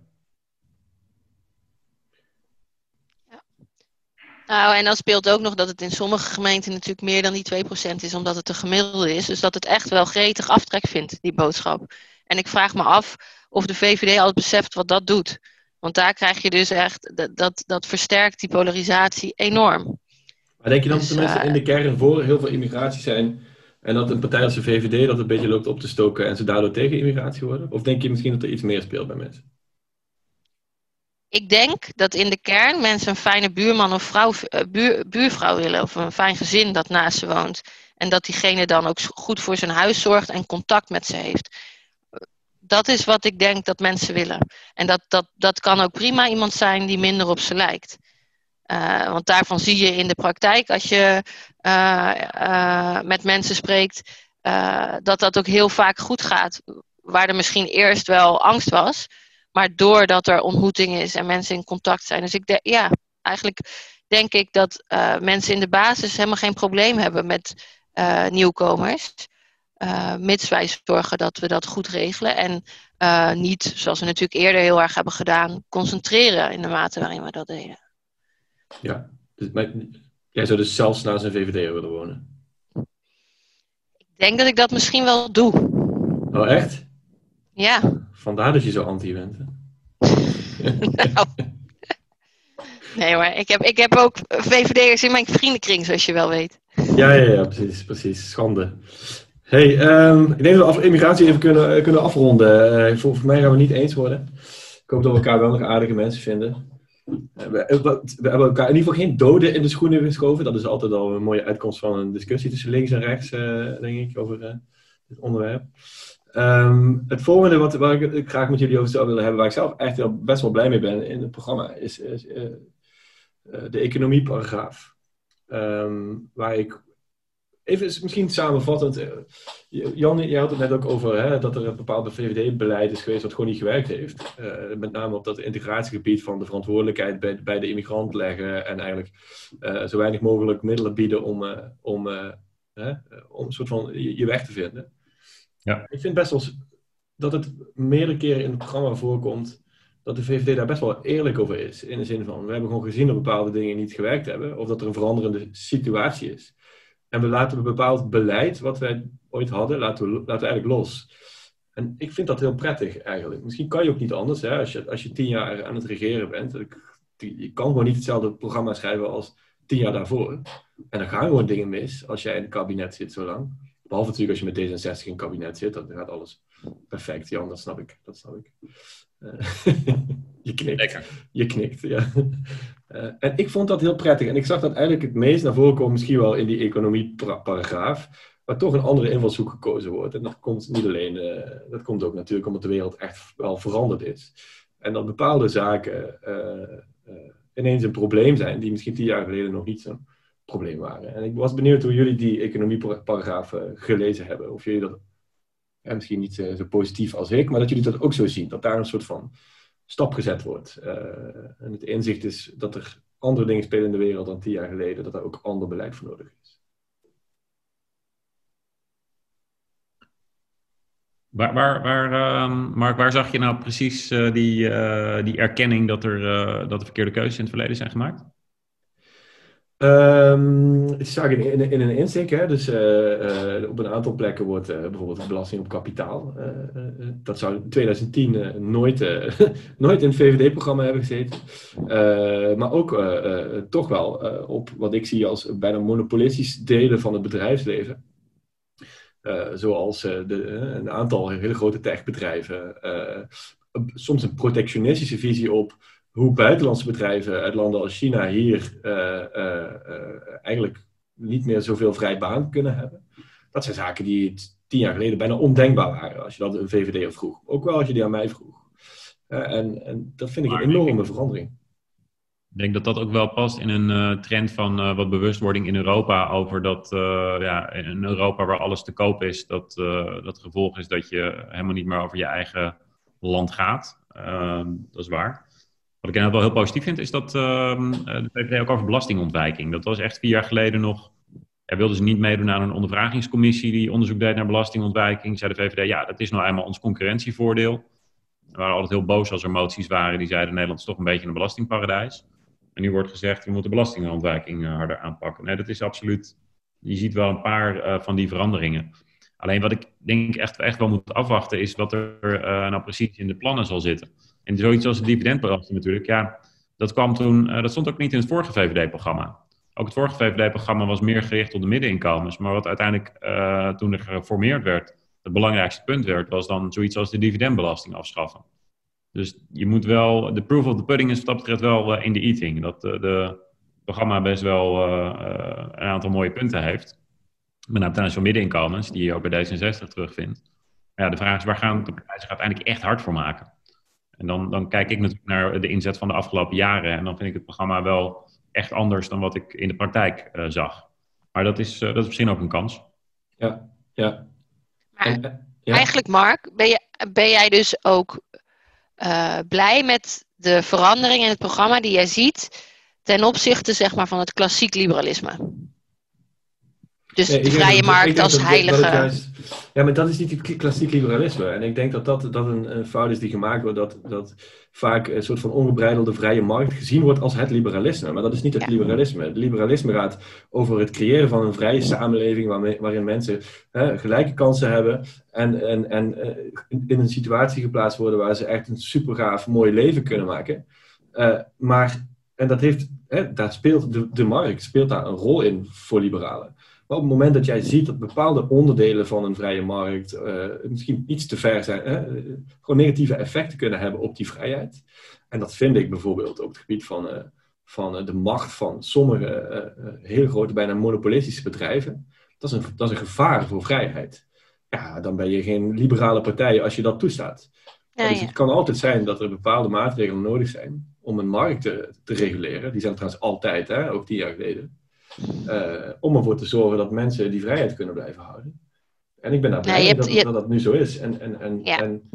Nou, en dan speelt ook nog dat het in sommige gemeenten natuurlijk meer dan die twee procent is, omdat het een gemiddelde is. Dus dat het echt wel gretig aftrek vindt, die boodschap. En ik vraag me af of de V V D al beseft wat dat doet. Want daar krijg je dus echt, dat, dat, dat versterkt die polarisatie enorm. Maar denk je dan dus, dat de mensen uh, in de kern voor heel veel immigratie zijn en dat een partij als de V V D dat een beetje loopt op te stoken en ze daardoor tegen immigratie worden? Of denk je misschien dat er iets meer speelt bij mensen? Ik denk dat in de kern mensen een fijne buurman of vrouw, buur, buurvrouw willen. Of een fijn gezin dat naast ze woont. En dat diegene dan ook goed voor zijn huis zorgt en contact met ze heeft. Dat is wat ik denk dat mensen willen. En dat, dat, dat kan ook prima iemand zijn die minder op ze lijkt. Uh, want daarvan zie je in de praktijk, als je uh, uh, met mensen spreekt, uh, dat dat ook heel vaak goed gaat. Waar er misschien eerst wel angst was. Maar doordat er ontmoeting is en mensen in contact zijn. Dus ik de, ja, eigenlijk denk ik dat uh, mensen in de basis helemaal geen probleem hebben met uh, nieuwkomers. Uh, mits wij zorgen dat we dat goed regelen. En uh, niet, zoals we natuurlijk eerder heel erg hebben gedaan, concentreren in de mate waarin we dat deden. Ja, dus, maar, jij zou dus zelfs naast een V V D'er willen wonen? Ik denk dat ik dat misschien wel doe. Oh, echt? Ja. Vandaar dat je zo anti bent. Nou. Nee, maar ik heb, ik heb ook V V D'ers in mijn vriendenkring, zoals je wel weet. Ja, ja, ja, precies, precies. Schande. Hey, um, ik denk dat we af, immigratie even kunnen, kunnen afronden. Uh, voor, voor mij gaan we niet eens worden. Ik hoop dat we elkaar wel nog aardige mensen vinden. Uh, we, we, we hebben elkaar in ieder geval geen doden in de schoenen geschoven. Dat is altijd al een mooie uitkomst van een discussie tussen links en rechts, uh, denk ik, over uh, dit onderwerp. Um, het volgende wat, waar ik, ik graag met jullie over zou willen hebben, waar ik zelf echt wel, best wel blij mee ben in het programma, is, is uh, uh, de economieparagraaf. Um, waar ik, even misschien samenvattend, uh, Jan, jij had het net ook over hè, dat er een bepaald V V D-beleid is geweest dat gewoon niet gewerkt heeft. Uh, met name op dat integratiegebied van de verantwoordelijkheid bij, bij de immigrant leggen en eigenlijk uh, zo weinig mogelijk middelen bieden om, uh, om, uh, uh, om een soort van je, je weg te vinden. Ja. Ik vind best wel dat het meerdere keren in het programma voorkomt dat de V V D daar best wel eerlijk over is. In de zin van, we hebben gewoon gezien dat bepaalde dingen niet gewerkt hebben. Of dat er een veranderende situatie is. En we laten een bepaald beleid, wat wij ooit hadden, laten we, laten we eigenlijk los. En ik vind dat heel prettig eigenlijk. Misschien kan je ook niet anders. Hè? Als, je, als je tien jaar aan het regeren bent. Je kan gewoon niet hetzelfde programma schrijven als tien jaar daarvoor. En dan gaan gewoon dingen mis als jij in het kabinet zit zo lang. Behalve natuurlijk als je met D zesenzestig in het kabinet zit, dan gaat alles perfect. Jan, dat snap ik. Dat snap ik. Uh, je knikt. Lekker. Je knikt, ja. Uh, en ik vond dat heel prettig. En ik zag dat eigenlijk het meest naar voren komen, misschien wel in die economieparagraaf, waar toch een andere invalshoek gekozen wordt. En dat komt niet alleen, uh, dat komt ook natuurlijk omdat de wereld echt wel veranderd is. En dat bepaalde zaken uh, uh, ineens een probleem zijn, die misschien tien jaar geleden nog niet zo'n probleem waren. En ik was benieuwd hoe jullie die economieparagraaf uh, gelezen hebben. Of jullie dat, ja, misschien niet uh, zo positief als ik, maar dat jullie dat ook zo zien. Dat daar een soort van stap gezet wordt. Uh, en het inzicht is dat er andere dingen spelen in de wereld dan tien jaar geleden. Dat daar ook ander beleid voor nodig is. Waar, waar, waar, uh, Mark, waar zag je nou precies uh, die, uh, die erkenning dat er, uh, dat er verkeerde keuzes in het verleden zijn gemaakt? Um, het zag in, in, in een insteek, hè? Dus uh, uh, op een aantal plekken wordt uh, bijvoorbeeld de belasting op kapitaal. Uh, uh, dat zou in twintig tien uh, nooit, uh, nooit in het V V D-programma hebben gezeten. Uh, maar ook uh, uh, toch wel uh, op wat ik zie als bijna monopolistisch delen van het bedrijfsleven. Uh, zoals uh, de, uh, een aantal hele grote techbedrijven. Uh, soms een protectionistische visie op hoe buitenlandse bedrijven uit landen als China hier uh, uh, uh, eigenlijk niet meer zoveel vrij baan kunnen hebben. Dat zijn zaken die t- tien jaar geleden bijna ondenkbaar waren, als je dat een V V D'er vroeg. Ook wel als je die aan mij vroeg. Uh, en, en dat vind ik een enorme ik, verandering. Ik denk dat dat ook wel past in een uh, trend van uh, wat bewustwording in Europa over dat uh, ja, in Europa waar alles te koop is, dat uh, dat gevolg is dat je helemaal niet meer over je eigen land gaat. Uh, dat is waar. Wat ik inderdaad wel heel positief vind, is dat uh, de V V D ook over belastingontwijking. Dat was echt vier jaar geleden nog. Er wilden ze niet meedoen aan een ondervragingscommissie die onderzoek deed naar belastingontwijking. Zei de V V D, ja, dat is nou eenmaal ons concurrentievoordeel. We waren altijd heel boos als er moties waren die zeiden Nederland is toch een beetje een belastingparadijs. En nu wordt gezegd, we moeten belastingontwijking uh, harder aanpakken. Nee, dat is absoluut. Je ziet wel een paar uh, van die veranderingen. Alleen wat ik denk echt, echt wel moet afwachten is wat er uh, nou precies in de plannen zal zitten. En zoiets als de dividendbelasting natuurlijk, ja, dat kwam toen, uh, dat stond ook niet in het vorige V V D-programma. Ook het vorige V V D-programma was meer gericht op de middeninkomens. Maar wat uiteindelijk, uh, toen er geformeerd werd, het belangrijkste punt werd, was dan zoiets als de dividendbelasting afschaffen. Dus je moet wel, de proof of the pudding is wat dat betreft wel uh, in de eating. Dat uh, de programma best wel uh, uh, een aantal mooie punten heeft. Met name ten aanzien van middeninkomens, die je ook bij D zesenzestig terugvindt. Maar ja, de vraag is, waar gaan de partijen zich uiteindelijk echt hard voor maken? En dan, dan kijk ik natuurlijk naar de inzet van de afgelopen jaren. En dan vind ik het programma wel echt anders dan wat ik in de praktijk uh, zag. Maar dat is, uh, dat is misschien ook een kans. Ja, ja. Maar en, uh, ja. Eigenlijk, Mark, ben, je, ben jij dus ook uh, blij met de verandering in het programma die jij ziet ten opzichte, zeg maar, van het klassiek liberalisme? Dus nee, de vrije dat, markt als dat, heilige... Dat juist, ja, maar dat is niet het klassiek liberalisme. En ik denk dat dat, dat een, een fout is die gemaakt wordt. Dat, dat vaak een soort van ongebreidelde vrije markt gezien wordt als het liberalisme. Maar dat is niet het ja. liberalisme. Het liberalisme gaat over het creëren van een vrije samenleving waarmee, waarin mensen hè, gelijke kansen hebben. En, en, en uh, in een situatie geplaatst worden waar ze echt een super gaaf mooi leven kunnen maken. Uh, maar, en dat heeft, hè, daar speelt de, de markt speelt daar een rol in voor liberalen. Maar op het moment dat jij ziet dat bepaalde onderdelen van een vrije markt uh, misschien iets te ver zijn, hè, gewoon negatieve effecten kunnen hebben op die vrijheid. En dat vind ik bijvoorbeeld op het gebied van, uh, van uh, de macht van sommige uh, uh, hele grote, bijna monopolistische bedrijven. Dat is, een, dat is een gevaar voor vrijheid. Ja, dan ben je geen liberale partij als je dat toestaat. Ja, dus ja. Het kan altijd zijn dat er bepaalde maatregelen nodig zijn om een markt te, te reguleren. Die zijn trouwens altijd, hè, ook tien jaar geleden. Uh, om ervoor te zorgen dat mensen die vrijheid kunnen blijven houden. En ik ben daar blij mee ja, dat, je... dat dat nu zo is. En, en, en, ja. en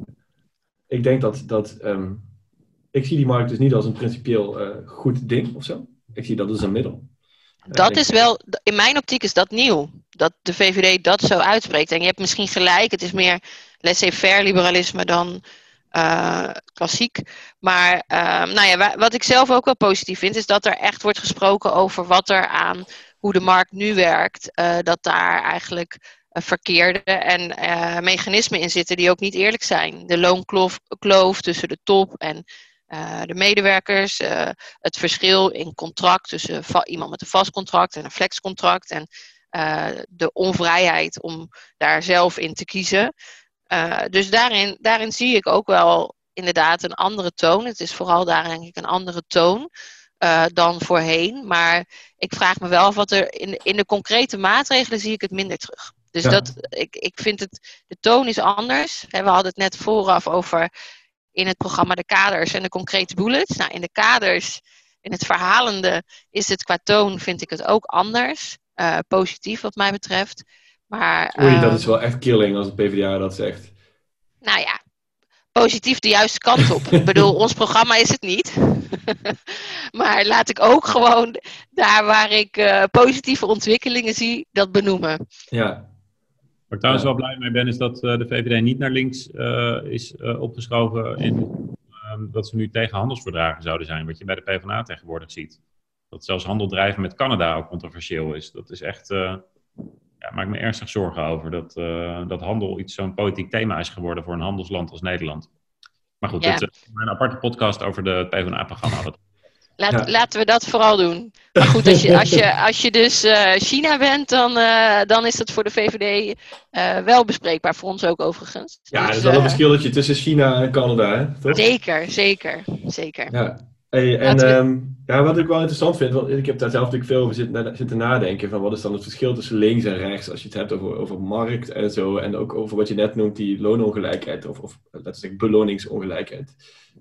ik denk dat, dat um, ik zie die markt dus niet als een principieel uh, goed ding of zo. Ik zie dat als een middel. Dat is wel, in mijn optiek is dat nieuw. Dat de V V D dat zo uitspreekt. En je hebt misschien gelijk, het is meer laissez-faire liberalisme dan uh, klassiek. Maar uh, nou ja, wat ik zelf ook wel positief vind, is dat er echt wordt gesproken over wat er aan hoe de markt nu werkt. Uh, dat daar eigenlijk uh, verkeerde en uh, mechanismen in zitten die ook niet eerlijk zijn. De loonkloof kloof tussen de top en Uh, de medewerkers, uh, het verschil in contract tussen va- iemand met een vast contract en een flexcontract en uh, de onvrijheid om daar zelf in te kiezen. Uh, dus daarin, daarin zie ik ook wel inderdaad een andere toon. Het is vooral daar denk ik een andere toon uh, dan voorheen. Maar ik vraag me wel af wat er in, in de concrete maatregelen zie ik het minder terug. Dus ja. dat, ik, ik vind het, de toon is anders. We hadden het net vooraf over in het programma de kaders en de concrete bullets. Nou, in de kaders, in het verhalende, is het qua toon, vind ik het ook anders. Uh, positief wat mij betreft. Maar, Oei, uh, dat is wel echt killing als de P v d A dat zegt. Nou ja, positief de juiste kant op. Ik bedoel, ons programma is het niet. Maar laat ik ook gewoon daar waar ik uh, positieve ontwikkelingen zie, dat benoemen. Ja. Waar ik trouwens wel blij mee ben, is dat uh, de V V D niet naar links uh, is uh, opgeschoven in uh, dat ze nu tegen handelsverdragen zouden zijn, wat je bij de PvdA tegenwoordig ziet. dat zelfs handel drijven met Canada ook controversieel is. Dat is echt, uh, ja, maakt me ernstig zorgen over. Dat, uh, dat handel iets zo'n politiek thema is geworden voor een handelsland als Nederland. Maar goed, Ja. dit is uh, een aparte podcast over de PvdA-programma. Dat... Laat, Ja. Laten we dat vooral doen. Maar goed, als je, als je, als je dus uh, China bent, dan, uh, dan is dat voor de V V D uh, wel bespreekbaar. Voor ons ook overigens. Ja, Dus, er is wel een uh, verschilletje tussen China en Canada, hè? Toch? Zeker, zeker, zeker. Ja. Hey, en Laten we- um, ja, wat ik wel interessant vind, want ik heb daar zelf natuurlijk veel over zitten, zitten nadenken, van wat is dan het verschil tussen links en rechts, als je het hebt over, over markt en zo, en ook over wat je net noemt, die loonongelijkheid, of, of laten we zeggen beloningsongelijkheid.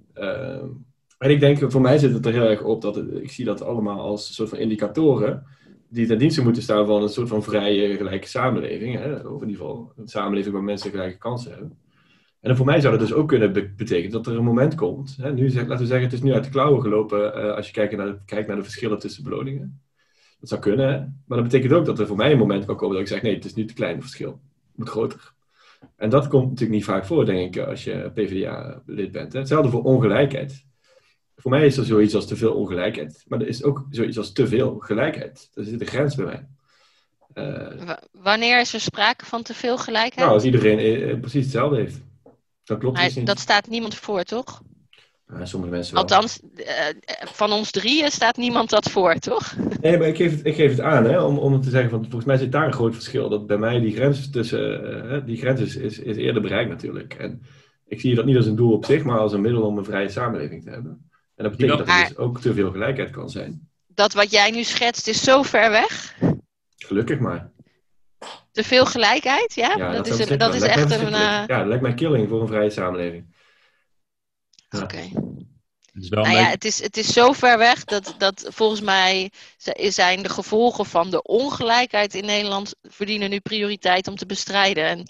Um, en ik denk, voor mij zit het er heel erg op, dat het, ik zie dat allemaal als een soort van indicatoren, die ten dienste moeten staan van een soort van vrije, gelijke samenleving, hè? Of in ieder geval een samenleving waar mensen gelijke kansen hebben. En dan voor mij zou dat dus ook kunnen be- betekenen dat er een moment komt. Hè, nu zeg, laten we zeggen, het is nu uit de klauwen gelopen uh, als je kijkt naar, de, kijkt naar de verschillen tussen beloningen. Dat zou kunnen, hè? Maar dat betekent ook dat er voor mij een moment kan komen dat ik zeg, nee, het is nu te klein het verschil. Het moet groter. En dat komt natuurlijk niet vaak voor, denk ik, als je PvdA-lid bent. Hè. Hetzelfde voor ongelijkheid. Voor mij is er zoiets als te veel ongelijkheid. Maar er is ook zoiets als te veel gelijkheid. Er zit een grens bij mij. Uh, W- wanneer is er sprake van te veel gelijkheid? nou, als iedereen uh, precies hetzelfde heeft. Dan klopt het Maar dus niet. dat staat niemand voor, toch? Ja, sommige mensen wel. Althans, uh, van ons drieën staat niemand dat voor, toch? Nee, maar ik geef het, ik geef het aan, hè, om, om te zeggen, van, volgens mij zit daar een groot verschil. Dat bij mij die grens tussen, uh, die grens is, is, is eerder bereikt natuurlijk. En ik zie dat niet als een doel op zich, maar als een middel om een vrije samenleving te hebben. En dat betekent dat er dus ook te veel gelijkheid kan zijn. Dat wat jij nu schetst is zo ver weg. Gelukkig maar. Te veel gelijkheid, ja? Ja, dat, dat, is, een, dat is echt een... Uh... Ja, dat lijkt mij killing voor een vrije samenleving. Ja. Oké. Okay. Het is wel nou een ja, beetje... het is, het is zo ver weg dat, dat volgens mij zijn de gevolgen van de ongelijkheid in Nederland verdienen nu prioriteit om te bestrijden. En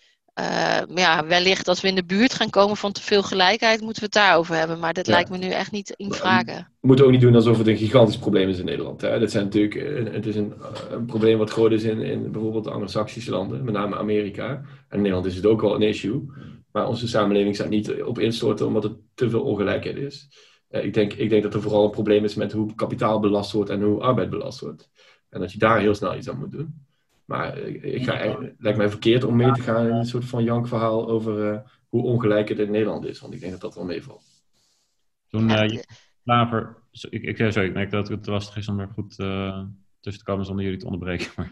uh, ja, wellicht als we in de buurt gaan komen van te veel gelijkheid, moeten we het daarover hebben. Maar dat ja. lijkt me nu echt niet in vragen. We moeten ook niet doen alsof het een gigantisch probleem is in Nederland. Hè. Dit zijn natuurlijk, het is een, een probleem wat groot is in, in bijvoorbeeld de Anglo-Saxische landen, met name Amerika. En in Nederland is het ook wel een issue. Maar onze samenleving staat niet op instorten omdat er te veel ongelijkheid is. Uh, ik, denk, ik denk dat er vooral een probleem is met hoe kapitaal belast wordt en hoe arbeid belast wordt. En dat je daar heel snel iets aan moet doen. Maar uh, ik ga, het lijkt mij verkeerd om mee te gaan in een soort van jankverhaal over uh, hoe ongelijk het in Nederland is. Want ik denk dat dat wel meevalt. Toen uh, Klaver... Ik, ik, sorry, ik merk dat het lastig is om er goed uh, tussen te komen zonder jullie te onderbreken. Maar...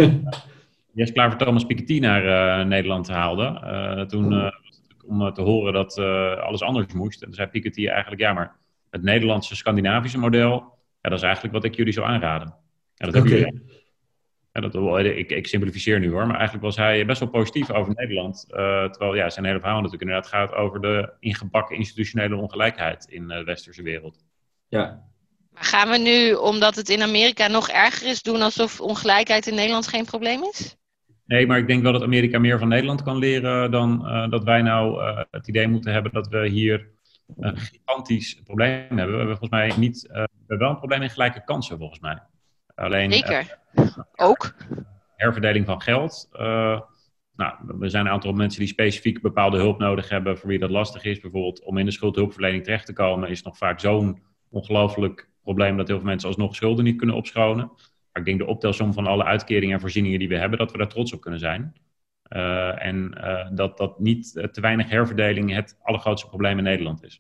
Jesse Klaver Thomas Piketty naar uh, Nederland haalde. Uh, toen uh, om uh, te horen dat uh, alles anders moest. En toen zei Piketty eigenlijk, ja, maar het Nederlandse Scandinavische model, ja, dat is eigenlijk wat ik jullie zou aanraden. Ja, dat okay. jullie, ja, dat, ik, ik simplificeer nu hoor, maar eigenlijk was hij best wel positief over Nederland. Uh, terwijl ja, zijn hele verhaal natuurlijk inderdaad gaat over de ingebakken institutionele ongelijkheid in de westerse wereld. Ja. Maar gaan we nu, omdat het in Amerika nog erger is, doen alsof ongelijkheid in Nederland geen probleem is? Nee, maar ik denk wel dat Amerika meer van Nederland kan leren dan uh, dat wij nou uh, het idee moeten hebben dat we hier een gigantisch probleem hebben. We hebben volgens mij niet, uh, we hebben wel een probleem in gelijke kansen volgens mij. Alleen, Zeker, uh, ook. Herverdeling van geld. Uh, nou, er zijn een aantal mensen die specifiek bepaalde hulp nodig hebben voor wie dat lastig is. Bijvoorbeeld om in de schuldhulpverlening terecht te komen is nog vaak zo'n ongelooflijk probleem dat heel veel mensen alsnog schulden niet kunnen opschonen. Maar ik denk de optelsom van alle uitkeringen en voorzieningen die we hebben, dat we daar trots op kunnen zijn. Uh, en uh, dat, dat niet uh, te weinig herverdeling het allergrootste probleem in Nederland is.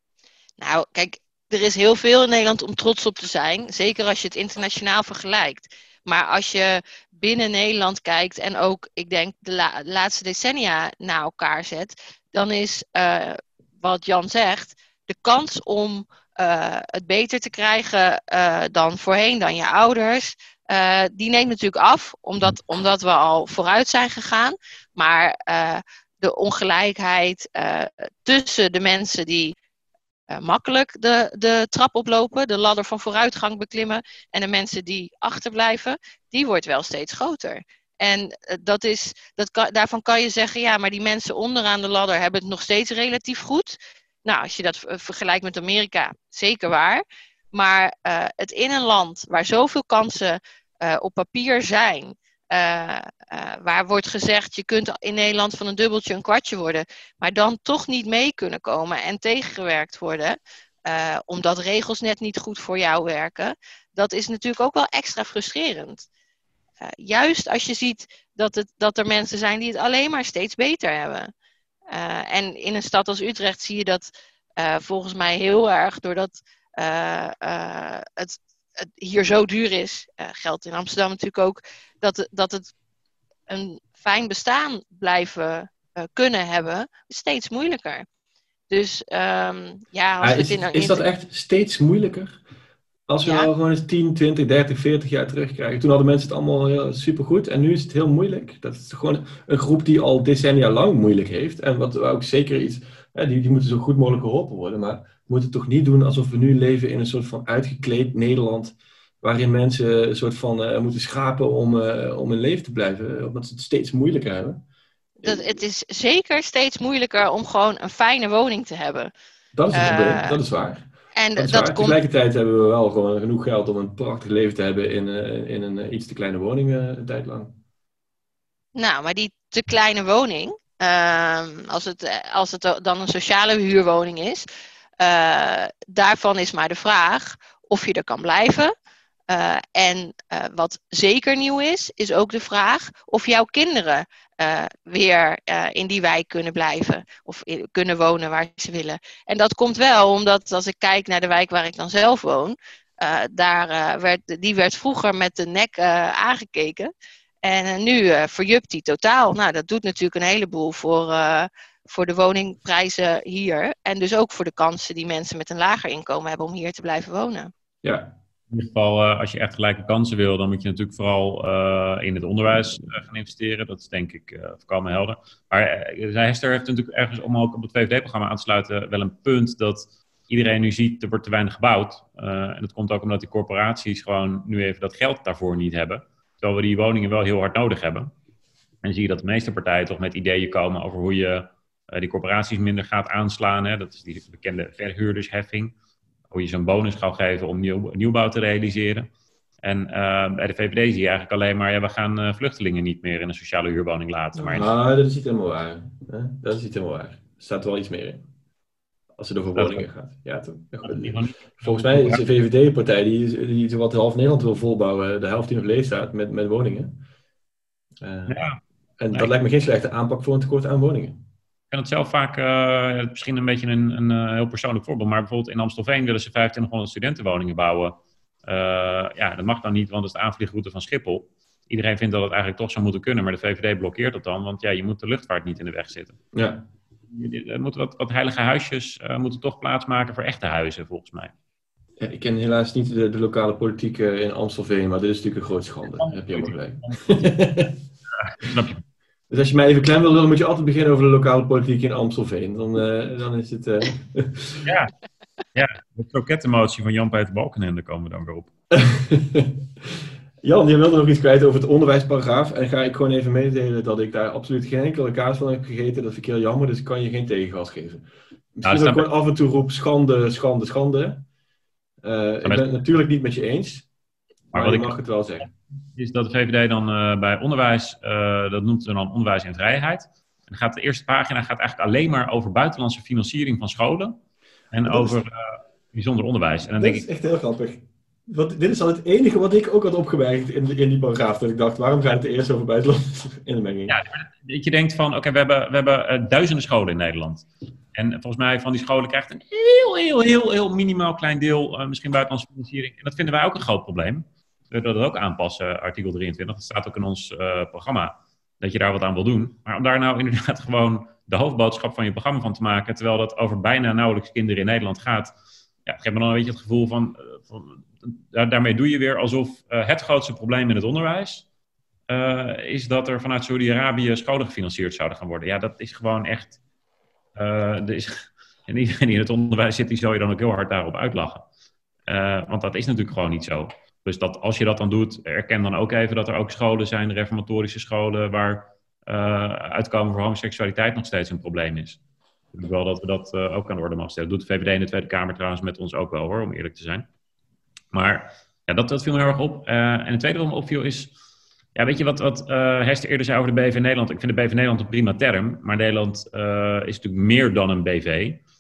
Nou, kijk, er is heel veel in Nederland om trots op te zijn. Zeker als je het internationaal vergelijkt. Maar als je binnen Nederland kijkt en ook, ik denk, de la- laatste decennia naar elkaar zet, dan is, uh, wat Jan zegt, de kans om uh, het beter te krijgen uh, dan voorheen, dan je ouders, uh, die neemt natuurlijk af, omdat, omdat we al vooruit zijn gegaan. Maar uh, de ongelijkheid uh, tussen de mensen die uh, makkelijk de, de trap oplopen, de ladder van vooruitgang beklimmen, en de mensen die achterblijven, die wordt wel steeds groter. En uh, dat is, dat kan, daarvan kan je zeggen, ja, maar die mensen onderaan de ladder hebben het nog steeds relatief goed. Nou, als je dat vergelijkt met Amerika, zeker waar. Maar uh, het in een land waar zoveel kansen uh, op papier zijn, uh, uh, waar wordt gezegd, je kunt in Nederland van een dubbeltje een kwartje worden, maar dan toch niet mee kunnen komen en tegengewerkt worden, uh, omdat regels net niet goed voor jou werken, dat is natuurlijk ook wel extra frustrerend. Uh, juist als je ziet dat, het, dat er mensen zijn die het alleen maar steeds beter hebben. Uh, en in een stad als Utrecht zie je dat uh, volgens mij heel erg, doordat uh, uh, het, het hier zo duur is, uh, geldt in Amsterdam natuurlijk ook, dat, dat het een fijn bestaan blijven uh, kunnen hebben, steeds moeilijker. Dus um, ja, als ah, we is, het in, in is dat echt steeds moeilijker? Als we ja. nou gewoon eens tien, twintig, dertig, veertig jaar terugkrijgen. Toen hadden mensen het allemaal heel supergoed. En nu is het heel moeilijk. Dat is gewoon een groep die al decennia lang moeilijk heeft. En wat ook zeker iets... Hè, die, die moeten zo goed mogelijk geholpen worden. Maar we moeten het toch niet doen alsof we nu leven in een soort van uitgekleed Nederland. Waarin mensen een soort van uh, moeten schapen om, uh, om in leven te blijven. Omdat ze het steeds moeilijker hebben. Dat, het is zeker steeds moeilijker om gewoon een fijne woning te hebben. Dat is het uh, probleem. Dat is waar. En dat is dat waar. komt... Tegelijkertijd hebben we wel gewoon genoeg geld om een prachtig leven te hebben in, uh, in een uh, iets te kleine woning uh, een tijd lang. Nou, maar die te kleine woning, uh, als, het, als het dan een sociale huurwoning is, uh, daarvan is maar de vraag of je er kan blijven. Uh, en uh, wat zeker nieuw is, is ook de vraag of jouw kinderen uh, weer uh, in die wijk kunnen blijven. Of in, kunnen wonen waar ze willen. En dat komt wel omdat als ik kijk naar de wijk waar ik dan zelf woon. Uh, daar, uh, werd, die werd vroeger met de nek uh, aangekeken. En uh, nu uh, verjupt die totaal. Nou, dat doet natuurlijk een heleboel voor, uh, voor de woningprijzen hier. En dus ook voor de kansen die mensen met een lager inkomen hebben om hier te blijven wonen. Ja. In ieder geval, uh, als je echt gelijke kansen wil, dan moet je natuurlijk vooral uh, in het onderwijs uh, gaan investeren. Dat is denk ik uh, voorkomen helder. Maar uh, Hester heeft natuurlijk ergens, om ook op het V V D-programma aan te sluiten, wel een punt dat iedereen nu ziet, er wordt te weinig gebouwd. Uh, en dat komt ook omdat die corporaties gewoon nu even dat geld daarvoor niet hebben. Terwijl we die woningen wel heel hard nodig hebben. En dan zie je dat de meeste partijen toch met ideeën komen over hoe je uh, die corporaties minder gaat aanslaan. Hè? Dat is die bekende verhuurdersheffing. Hoe je zo'n bonus gaat geven om nieuw, nieuwbouw te realiseren. En uh, bij de V V D zie je eigenlijk alleen maar, ja, we gaan uh, vluchtelingen niet meer in een sociale huurwoning laten. Maar ah, dat is niet helemaal waar. Hè? Dat is niet helemaal waar. Er staat er wel iets meer in. Als het over woningen gaat. Ja, toch? Volgens mij is de V V D een partij die, die zowat half Nederland wil volbouwen. De helft die nog leeg staat met, met woningen. Uh, ja. En nee. Dat lijkt me geen slechte aanpak voor een tekort aan woningen. Ik vind het zelf vaak, uh, misschien een beetje een, een, een heel persoonlijk voorbeeld, maar bijvoorbeeld in Amstelveen willen ze vijfentwintighonderd studentenwoningen bouwen. Uh, ja, dat mag dan niet, want dat is de aanvliegroute van Schiphol. Iedereen vindt dat het eigenlijk toch zou moeten kunnen, maar de V V D blokkeert dat dan, want ja, je moet de luchtvaart niet in de weg zitten. Ja. Er moeten wat, wat heilige huisjes uh, moeten toch plaatsmaken voor echte huizen, volgens mij. Ja, ik ken helaas niet de, de lokale politiek uh, in Amstelveen, maar dit is natuurlijk een grote schande. Daar heb je helemaal gelijk. Ja, snap je. Dus als je mij even klein wil lullen, moet je altijd beginnen over de lokale politiek in Amstelveen. Dan, uh, dan is het... Uh... ja. ja, de krokettenmotie van Jan-Peter Balkenende komen we dan weer op. Jan, je wilde nog iets kwijt over het onderwijsparagraaf. En ga ik gewoon even meedelen dat ik daar absoluut geen enkele kaas van heb gegeten. Dat vind ik heel jammer, dus ik kan je geen tegengas geven. Misschien nou, ook gewoon af en toe roep schande, schande, schande. Uh, ik ben het natuurlijk niet met je eens, maar, maar wat je mag ik... het wel zeggen. Is dat de V V D dan uh, bij onderwijs, uh, dat noemt ze dan onderwijs en vrijheid. En dan gaat de eerste pagina gaat eigenlijk alleen maar over buitenlandse financiering van scholen. En dat over is... uh, bijzonder onderwijs. En dan dat denk is ik... echt heel grappig. Want dit is al het enige wat ik ook had opgemerkt in, in die paragraaf. Dat ik dacht, waarom gaat het eerst over buitenlandse inmenging? Ja, dat je denkt van, oké, okay, we hebben, we hebben uh, duizenden scholen in Nederland. En volgens mij van die scholen krijgt een heel, heel, heel, heel minimaal klein deel uh, misschien buitenlandse financiering. En dat vinden wij ook een groot probleem. We willen dat ook aanpassen, artikel drieëntwintig. Dat staat ook in ons uh, programma, dat je daar wat aan wil doen. Maar om daar nou inderdaad gewoon de hoofdboodschap van je programma van te maken, terwijl dat over bijna nauwelijks kinderen in Nederland gaat, ja, geeft me dan een beetje het gevoel van, uh, van daar, daarmee doe je weer alsof uh, het grootste probleem in het onderwijs uh, is dat er vanuit Saudi-Arabië scholen gefinancierd zouden gaan worden. Ja, dat is gewoon echt... Uh, er is, en iedereen die in het onderwijs zit, die zou je dan ook heel hard daarop uitlachen. Uh, want dat is natuurlijk gewoon niet zo. Dus dat, als je dat dan doet, erken dan ook even dat er ook scholen zijn, reformatorische scholen, waar uh, uitkomen voor homoseksualiteit nog steeds een probleem is. Ik denk wel dat we dat uh, ook aan de orde mogen stellen. Dat doet de V V D in de Tweede Kamer trouwens met ons ook wel, hoor, om eerlijk te zijn. Maar ja, dat, dat viel me heel erg op. Uh, en het tweede wat me opviel is, ja, weet je wat, wat uh, Hester eerder zei over de B V Nederland? Ik vind de B V Nederland een prima term, maar Nederland uh, is natuurlijk meer dan een B V.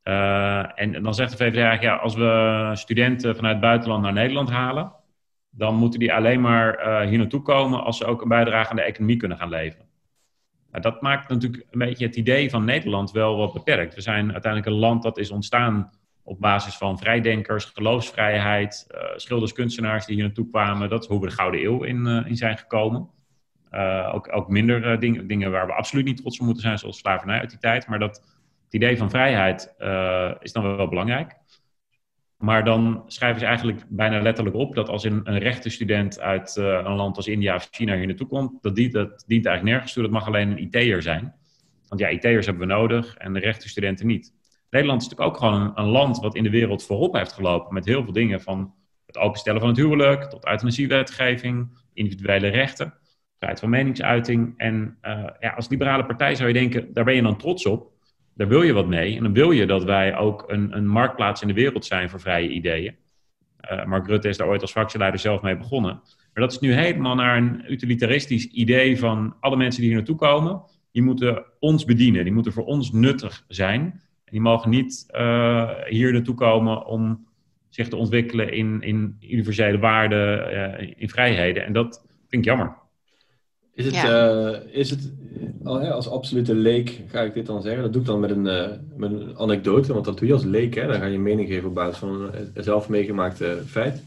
Uh, en, en dan zegt de V V D eigenlijk, ja, als we studenten vanuit het buitenland naar Nederland halen, dan moeten die alleen maar uh, hier naartoe komen als ze ook een bijdrage aan de economie kunnen gaan leveren. Nou, dat maakt natuurlijk een beetje het idee van Nederland wel wat beperkt. We zijn uiteindelijk een land dat is ontstaan op basis van vrijdenkers, geloofsvrijheid, uh, schilders, kunstenaars die hier naartoe kwamen. Dat is hoe we de Gouden Eeuw in, uh, in zijn gekomen. Uh, ook, ook minder uh, dingen, dingen waar we absoluut niet trots op moeten zijn, zoals slavernij uit die tijd. Maar dat, het idee van vrijheid uh, is dan wel, wel belangrijk. Maar dan schrijven ze eigenlijk bijna letterlijk op dat als een, een rechtenstudent uit uh, een land als India of China hier naartoe komt, dat dient, dat dient eigenlijk nergens toe. Dat mag alleen een I T'er zijn. Want ja, I T'ers hebben we nodig en de rechtenstudenten niet. Nederland is natuurlijk ook gewoon een, een land wat in de wereld voorop heeft gelopen met heel veel dingen. Van het openstellen van het huwelijk tot euthanasiewetgeving, individuele rechten, vrijheid van meningsuiting. En uh, ja, als liberale partij zou je denken, daar ben je dan trots op. Daar wil je wat mee. En dan wil je dat wij ook een, een marktplaats in de wereld zijn voor vrije ideeën. Uh, Mark Rutte is daar ooit als fractieleider zelf mee begonnen. Maar dat is nu helemaal naar een utilitaristisch idee van alle mensen die hier naartoe komen. Die moeten ons bedienen. Die moeten voor ons nuttig zijn. En die mogen niet uh, hier naartoe komen om zich te ontwikkelen in, in universele waarden, uh, in vrijheden. En dat vind ik jammer. Is het, Ja. uh, is het als absolute leek, ga ik dit dan zeggen, dat doe ik dan met een, uh, met een anekdote, want dat doe je als leek, hè? Dan ga je mening geven op basis van een zelf meegemaakt uh, feit.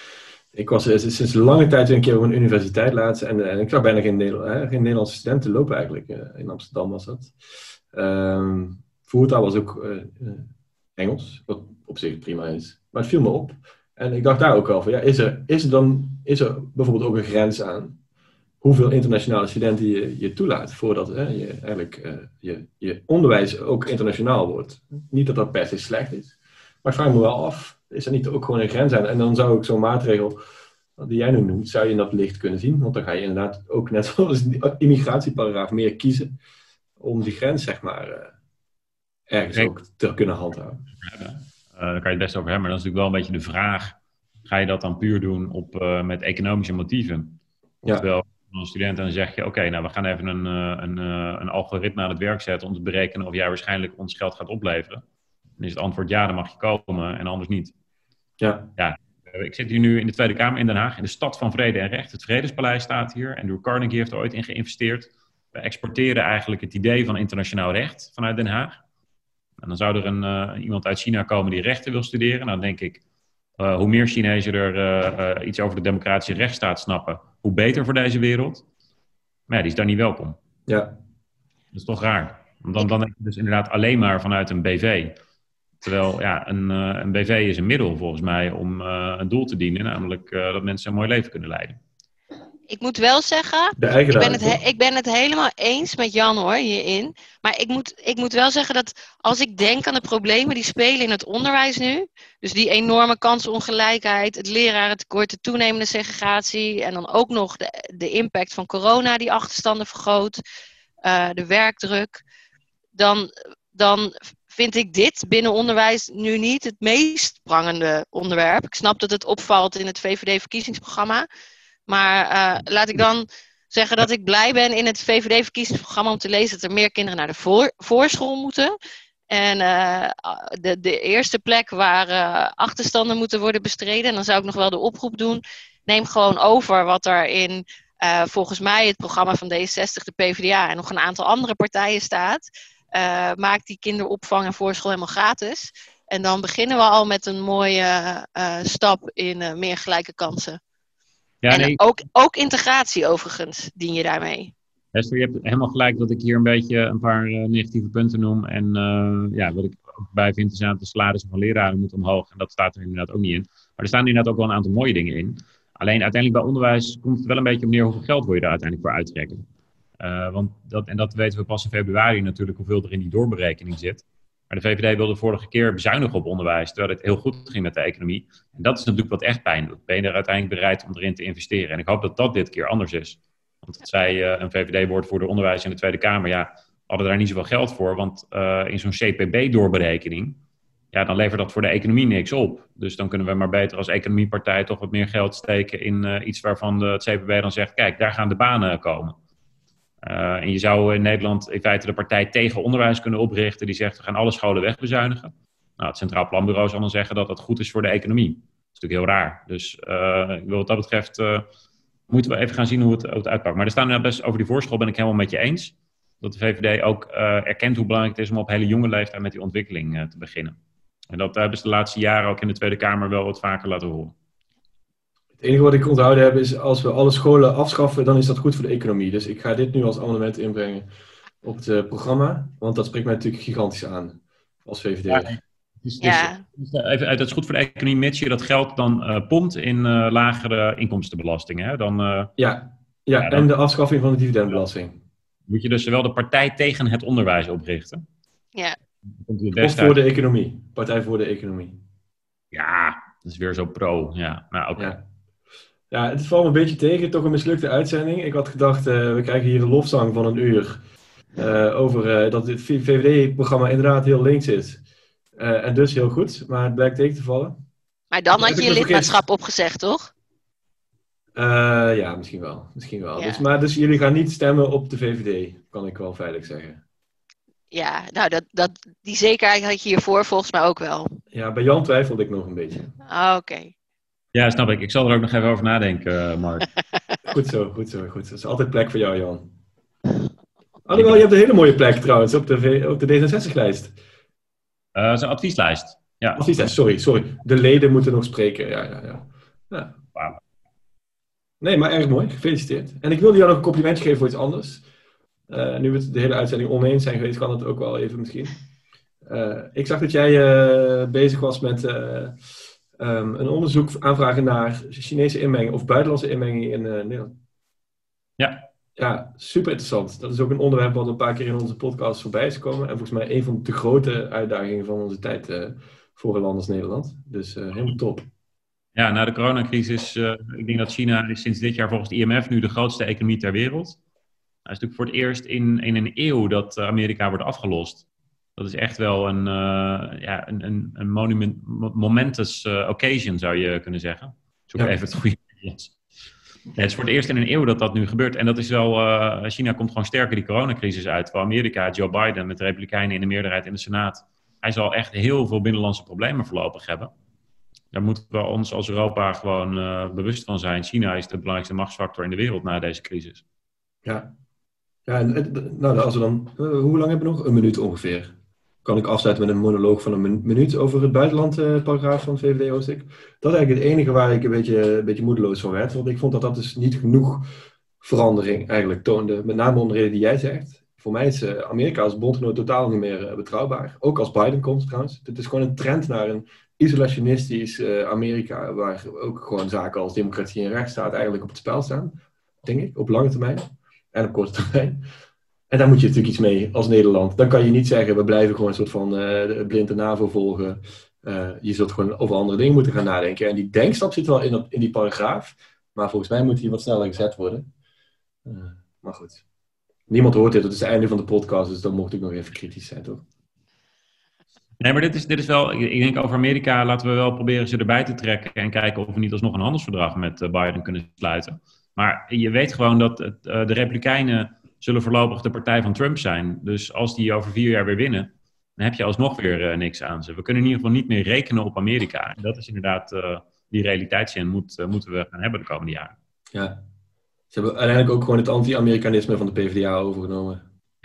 Ik was uh, sinds lange tijd een keer op een universiteit laatst en, uh, en ik zag bijna geen, Nederla- hè, geen Nederlandse studenten lopen eigenlijk. Uh, in Amsterdam was dat. Um, voertaal was ook uh, uh, Engels, wat op zich prima is. Maar het viel me op. En ik dacht daar ook wel van, ja, is er, is er dan is er bijvoorbeeld ook een grens aan hoeveel internationale studenten je, je toelaat voordat hè, je eigenlijk uh, je, je onderwijs ook internationaal wordt. Niet dat dat per se slecht is, maar ik vraag me wel af, is er niet ook gewoon een grens aan? En dan zou ik zo'n maatregel die jij nu noemt, zou je in dat licht kunnen zien, want dan ga je inderdaad ook net zoals de immigratieparagraaf meer kiezen om die grens zeg maar uh, ergens ook te kunnen handhaven. Uh, daar kan je het best over hebben, maar dan is natuurlijk wel een beetje de vraag, ga je dat dan puur doen op, uh, met economische motieven? Oftewel, ja. Een student en dan zeg je, oké, okay, nou we gaan even een, een, een algoritme aan het werk zetten om te berekenen of jij waarschijnlijk ons geld gaat opleveren. Dan is het antwoord ja, dan mag je komen en anders niet. Ja. Ja, ik zit hier nu in de Tweede Kamer in Den Haag, in de stad van vrede en recht. Het Vredespaleis staat hier. Andrew Carnegie heeft er ooit in geïnvesteerd. We exporteren eigenlijk het idee van internationaal recht vanuit Den Haag. En dan zou er een, uh, iemand uit China komen die rechten wil studeren. Nou, dan denk ik, uh, hoe meer Chinezen er uh, uh, iets over de democratische rechtsstaat snappen, hoe beter voor deze wereld. Maar ja, die is daar niet welkom. Ja. Dat is toch raar. Want dan, dan denk je dus inderdaad alleen maar vanuit een B V. Terwijl ja, een, uh, een B V is een middel volgens mij om uh, een doel te dienen. Namelijk uh, dat mensen een mooi leven kunnen leiden. Ik moet wel zeggen, ik ben, het he- ik ben het helemaal eens met Jan hoor, hierin. Maar ik moet, ik moet wel zeggen dat als ik denk aan de problemen die spelen in het onderwijs nu. Dus die enorme kansongelijkheid, het lerarentekort, de toenemende segregatie. En dan ook nog de, de impact van corona die achterstanden vergroot. Uh, de werkdruk. Dan, dan vind ik dit binnen onderwijs nu niet het meest prangende onderwerp. Ik snap dat het opvalt in het V V D-verkiezingsprogramma. Maar uh, laat ik dan zeggen dat ik blij ben in het V V D-verkiezingsprogramma om te lezen dat er meer kinderen naar de voor, voorschool moeten. En uh, de, de eerste plek waar uh, achterstanden moeten worden bestreden. En dan zou ik nog wel de oproep doen. Neem gewoon over wat er in uh, volgens mij het programma van D zestig, de P v d A en nog een aantal andere partijen staat. Uh, maak die kinderopvang en voorschool helemaal gratis. En dan beginnen we al met een mooie uh, stap in uh, meer gelijke kansen. Ja, en nee. ook, ook integratie overigens dien je daarmee. Esther, je hebt helemaal gelijk dat ik hier een beetje een paar uh, negatieve punten noem. En uh, ja, wat ik ook bij vind is dat de salarissen van leraren moeten omhoog. En dat staat er inderdaad ook niet in. Maar er staan inderdaad ook wel een aantal mooie dingen in. Alleen uiteindelijk bij onderwijs komt het wel een beetje op neer hoeveel geld wil je daar uiteindelijk voor uittrekken. Uh, want dat, en dat weten we pas in februari natuurlijk hoeveel er in die doorberekening zit. Maar de V V D wilde vorige keer bezuinigen op onderwijs, terwijl het heel goed ging met de economie. En dat is natuurlijk wat echt pijn doet. Ben je er uiteindelijk bereid om erin te investeren? En ik hoop dat dat dit keer anders is. Want dat zei uh, een V V D-woordvoerder onderwijs in de Tweede Kamer. Ja, we hadden daar niet zoveel geld voor, want uh, in zo'n C P B-doorberekening, ja, dan levert dat voor de economie niks op. Dus dan kunnen we maar beter als economiepartij toch wat meer geld steken in uh, iets waarvan de, het C P B dan zegt, kijk, daar gaan de banen komen. Uh, en je zou in Nederland in feite de partij tegen onderwijs kunnen oprichten die zegt we gaan alle scholen wegbezuinigen. Nou, het Centraal Planbureau zal dan zeggen dat dat goed is voor de economie. Dat is natuurlijk heel raar. Dus uh, wat dat betreft uh, moeten we even gaan zien hoe het, hoe het uitpakt. Maar er staan nou best over die voorschool ben ik helemaal met je eens. Dat de V V D ook uh, erkent hoe belangrijk het is om op hele jonge leeftijd met die ontwikkeling uh, te beginnen. En dat hebben ze de laatste jaren ook in de Tweede Kamer wel wat vaker laten horen. Het enige wat ik onthouden heb is, als we alle scholen afschaffen, dan is dat goed voor de economie. Dus ik ga dit nu als amendement inbrengen op het uh, programma, want dat spreekt mij natuurlijk gigantisch aan als V V D. Ja, dus, ja. Dus, even, dat is goed voor de economie, mits je dat geld dan uh, pompt in uh, lagere inkomstenbelastingen. Hè? Dan, uh, ja, ja, ja dan, en de afschaffing van de dividendbelasting. Moet je dus wel de partij tegen het onderwijs oprichten. Ja. Of voor de economie. Partij voor de economie. Ja, dat is weer zo pro. Ja, nou oké. Okay. Ja. Ja, het valt me een beetje tegen. Toch een mislukte uitzending. Ik had gedacht, uh, we krijgen hier een lofzang van een uur. Uh, over uh, dat dit V V D-programma inderdaad heel links is. Uh, en dus heel goed. Maar het blijkt tegen te vallen. Maar dan had je je lidmaatschap opgezegd, toch? Uh, ja, misschien wel. Misschien wel. Ja. Dus, maar dus jullie gaan niet stemmen op de V V D. Kan ik wel veilig zeggen. Ja, nou, dat, dat, die zekerheid had je hiervoor volgens mij ook wel. Ja, bij Jan twijfelde ik nog een beetje. Ah, oké. Okay. Ja, snap ik. Ik zal er ook nog even over nadenken, Mark. Goed zo, goed zo, goed zo. Er is altijd plek voor jou, Jan. Alhoewel, je hebt een hele mooie plek trouwens op de, v- op de D zesenzestig-lijst. Uh, Zijn advieslijst. Ja. Advieslijst, sorry, sorry. De leden moeten nog spreken. Ja, ja, ja. ja. Wow. Nee, maar erg mooi. Gefeliciteerd. En ik wilde jou nog een complimentje geven voor iets anders. Uh, nu we het de hele uitzending oneens zijn geweest, kan het ook wel even misschien. Uh, ik zag dat jij uh, bezig was met uh, um, een onderzoek aanvragen naar Chinese inmenging of buitenlandse inmenging in uh, Nederland. Ja. Ja, super interessant. Dat is ook een onderwerp wat een paar keer in onze podcast voorbij is gekomen. En volgens mij een van de grote uitdagingen van onze tijd uh, voor een land als Nederland. Dus uh, helemaal top. Ja, na de coronacrisis, uh, ik denk dat China is sinds dit jaar volgens het I M F nu de grootste economie ter wereld. Het is natuurlijk voor het eerst in, in een eeuw dat Amerika wordt afgelost. Dat is echt wel een, uh, ja, een, een, een monument, momentous uh, occasion, zou je kunnen zeggen. Zoek ja. even het goede woord. Ja, het is voor het eerst in een eeuw dat dat nu gebeurt. En dat is wel, uh, China komt gewoon sterker die coronacrisis uit. Voor Amerika, Joe Biden met de Republikeinen in de meerderheid in de Senaat. Hij zal echt heel veel binnenlandse problemen voorlopig hebben. Daar moeten we ons als Europa gewoon uh, bewust van zijn. China is de belangrijkste machtsfactor in de wereld na deze crisis. Ja, ja en, nou, als we dan, uh, hoe lang hebben we nog? Een minuut ongeveer. Kan ik afsluiten met een monoloog van een minuut over het buitenland uh, paragraaf van het V V D-hoofdstuk. Dat is eigenlijk het enige waar ik een beetje, een beetje moedeloos van werd. Want ik vond dat dat dus niet genoeg verandering eigenlijk toonde. Met name om de reden die jij zegt. Voor mij is uh, Amerika als bondgenoot totaal niet meer uh, betrouwbaar. Ook als Biden komt trouwens. Het is gewoon een trend naar een isolationistisch uh, Amerika. Waar ook gewoon zaken als democratie en rechtsstaat eigenlijk op het spel staan. Denk ik, op lange termijn. En op korte termijn. En daar moet je natuurlijk iets mee als Nederland. Dan kan je niet zeggen, we blijven gewoon een soort van uh, blinde NAVO volgen. Uh, je zult gewoon over andere dingen moeten gaan nadenken. En die denkstap zit wel in, dat, in die paragraaf. Maar volgens mij moet die wat sneller gezet worden. Uh, maar goed. Niemand hoort dit, het is het einde van de podcast. Dus dan mocht ik nog even kritisch zijn, toch? Nee, maar dit is, dit is wel... Ik denk over Amerika laten we wel proberen ze erbij te trekken. En kijken of we niet alsnog een handelsverdrag met uh, Biden kunnen sluiten. Maar je weet gewoon dat het, uh, de Republikeinen zullen voorlopig de partij van Trump zijn. Dus als die over vier jaar weer winnen, dan heb je alsnog weer uh, niks aan ze. We kunnen in ieder geval niet meer rekenen op Amerika. En dat is inderdaad uh, die realiteitszin moet, uh, moeten we gaan hebben de komende jaren. Ja. Ze hebben uiteindelijk ook gewoon het anti-Amerikanisme van de P v d A overgenomen.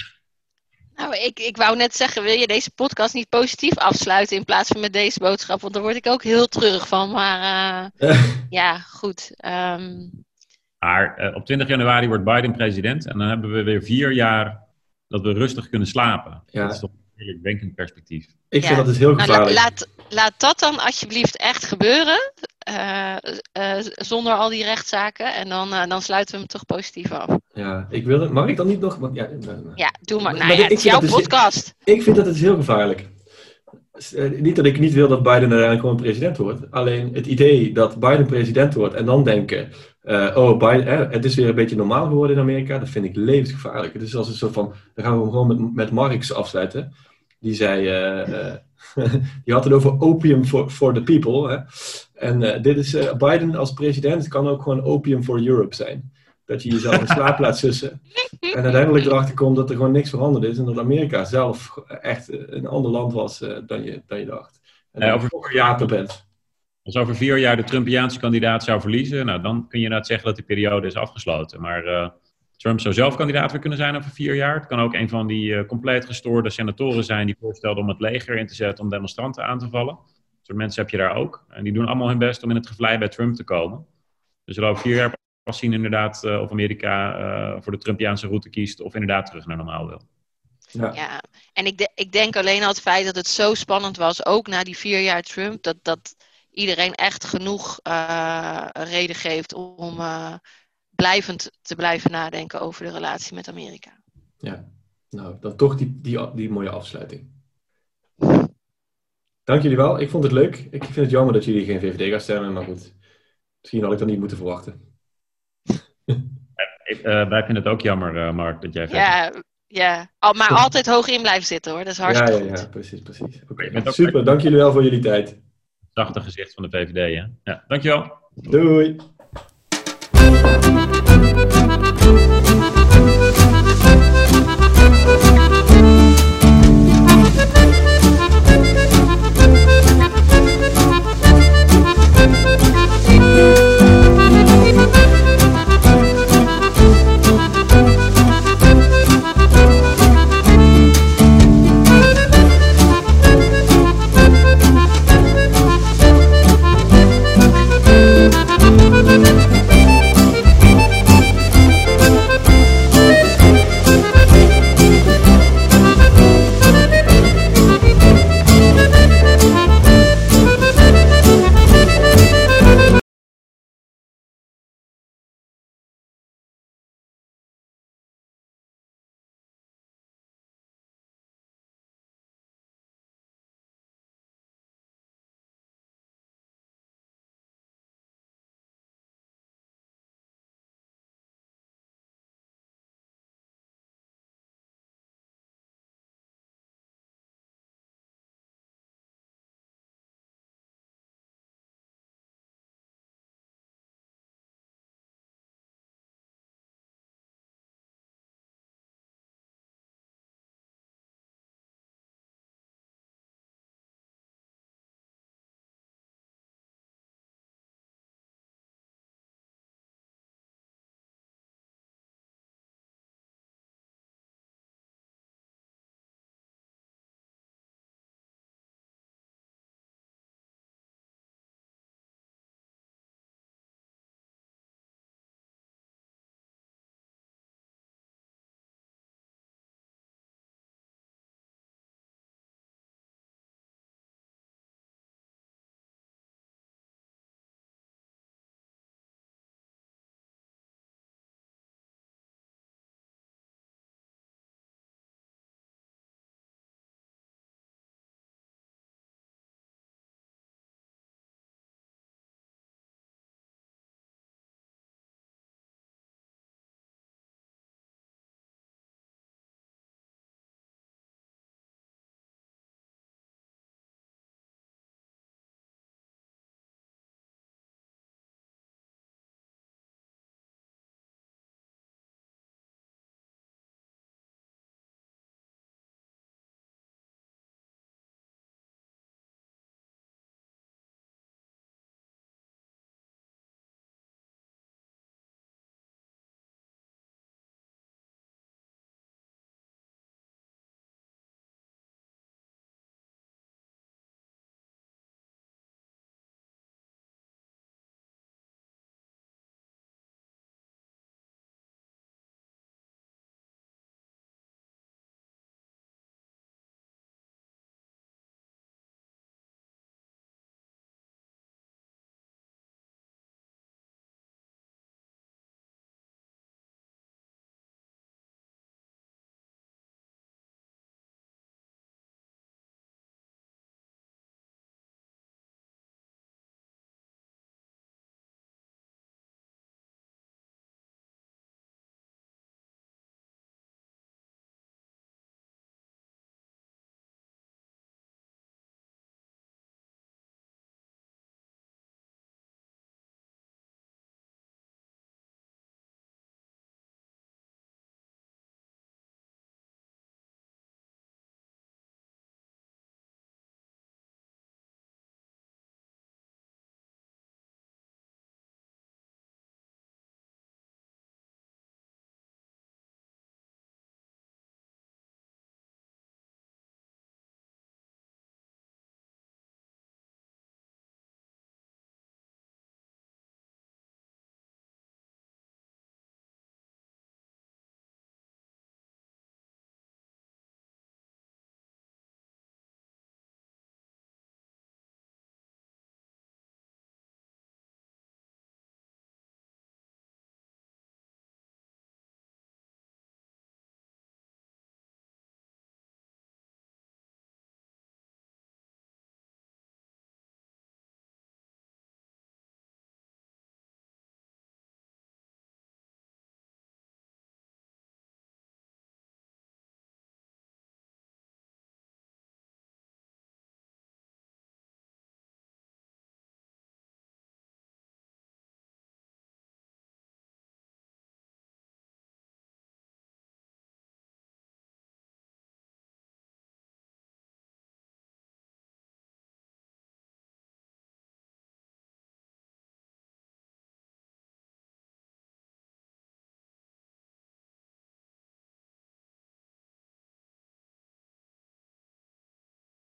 Nou, ik, ik wou net zeggen, wil je deze podcast niet positief afsluiten in plaats van met deze boodschap? Want daar word ik ook heel treurig van. Maar uh, ja, goed. Um... Maar uh, op twintig januari wordt Biden president en dan hebben we weer vier jaar dat we rustig kunnen slapen. Ja. Dat is toch een heel denkend perspectief. Ik vind ja. dat dus heel gevaarlijk. Nou, laat, laat dat dan alsjeblieft echt gebeuren, uh, uh, zonder al die rechtszaken. En dan, uh, dan sluiten we hem toch positief af. Ja, ik wil het. Mag ik dan niet nog? Ja, nou, ja doe maar. Nou, maar ja, het is jouw podcast. Is, ik vind dat het heel gevaarlijk. Uh, niet dat ik niet wil dat Biden uiteindelijk gewoon president wordt. Alleen het idee dat Biden president wordt en dan denken... Uh, oh, Biden, eh, het is weer een beetje normaal geworden in Amerika. Dat vind ik levensgevaarlijk. Het is als een soort van... Dan gaan we hem gewoon met, met Marx afsluiten. Die zei... Uh, uh, die had het over opium for, for the people. Hè? En uh, dit is... Uh, Biden als president kan ook gewoon opium for Europe zijn. Dat je jezelf in slaap laat sussen. En uiteindelijk erachter komt dat er gewoon niks veranderd is. En dat Amerika zelf echt een ander land was uh, dan, je, dan je dacht. En dan uh, over toch japer bent. Als over vier jaar de Trumpiaanse kandidaat zou verliezen, nou, dan kun je inderdaad zeggen dat die periode is afgesloten. Maar uh, Trump zou zelf kandidaat weer kunnen zijn over vier jaar. Het kan ook een van die uh, compleet gestoorde senatoren zijn die voorstelden om het leger in te zetten om demonstranten aan te vallen. Dat soort mensen heb je daar ook. En die doen allemaal hun best om in het gevlei bij Trump te komen. Dus we over vier jaar pas zien inderdaad uh, of Amerika uh, voor de Trumpiaanse route kiest of inderdaad terug naar normaal wil. Ja, ja. En ik, de, ik denk alleen al het feit dat het zo spannend was, ook na die vier jaar Trump, dat, dat iedereen echt genoeg uh, reden geeft om uh, blijvend te blijven nadenken over de relatie met Amerika. Ja, nou, dan toch die, die, die mooie afsluiting. Dank jullie wel, ik vond het leuk. Ik vind het jammer dat jullie geen V V D gaan stemmen, maar goed. Misschien had ik dat niet moeten verwachten. Uh, wij vinden het ook jammer, uh, Mark, dat jij... Ja, ja. Al, maar altijd hoog in blijven zitten, hoor. Dat is hartstikke ja, ja, goed. Ja, precies, precies. Oké, okay, super. Ook... Dank jullie wel voor jullie tijd. Zachte gezicht van de V V D, hè? Ja, dankjewel. Doei.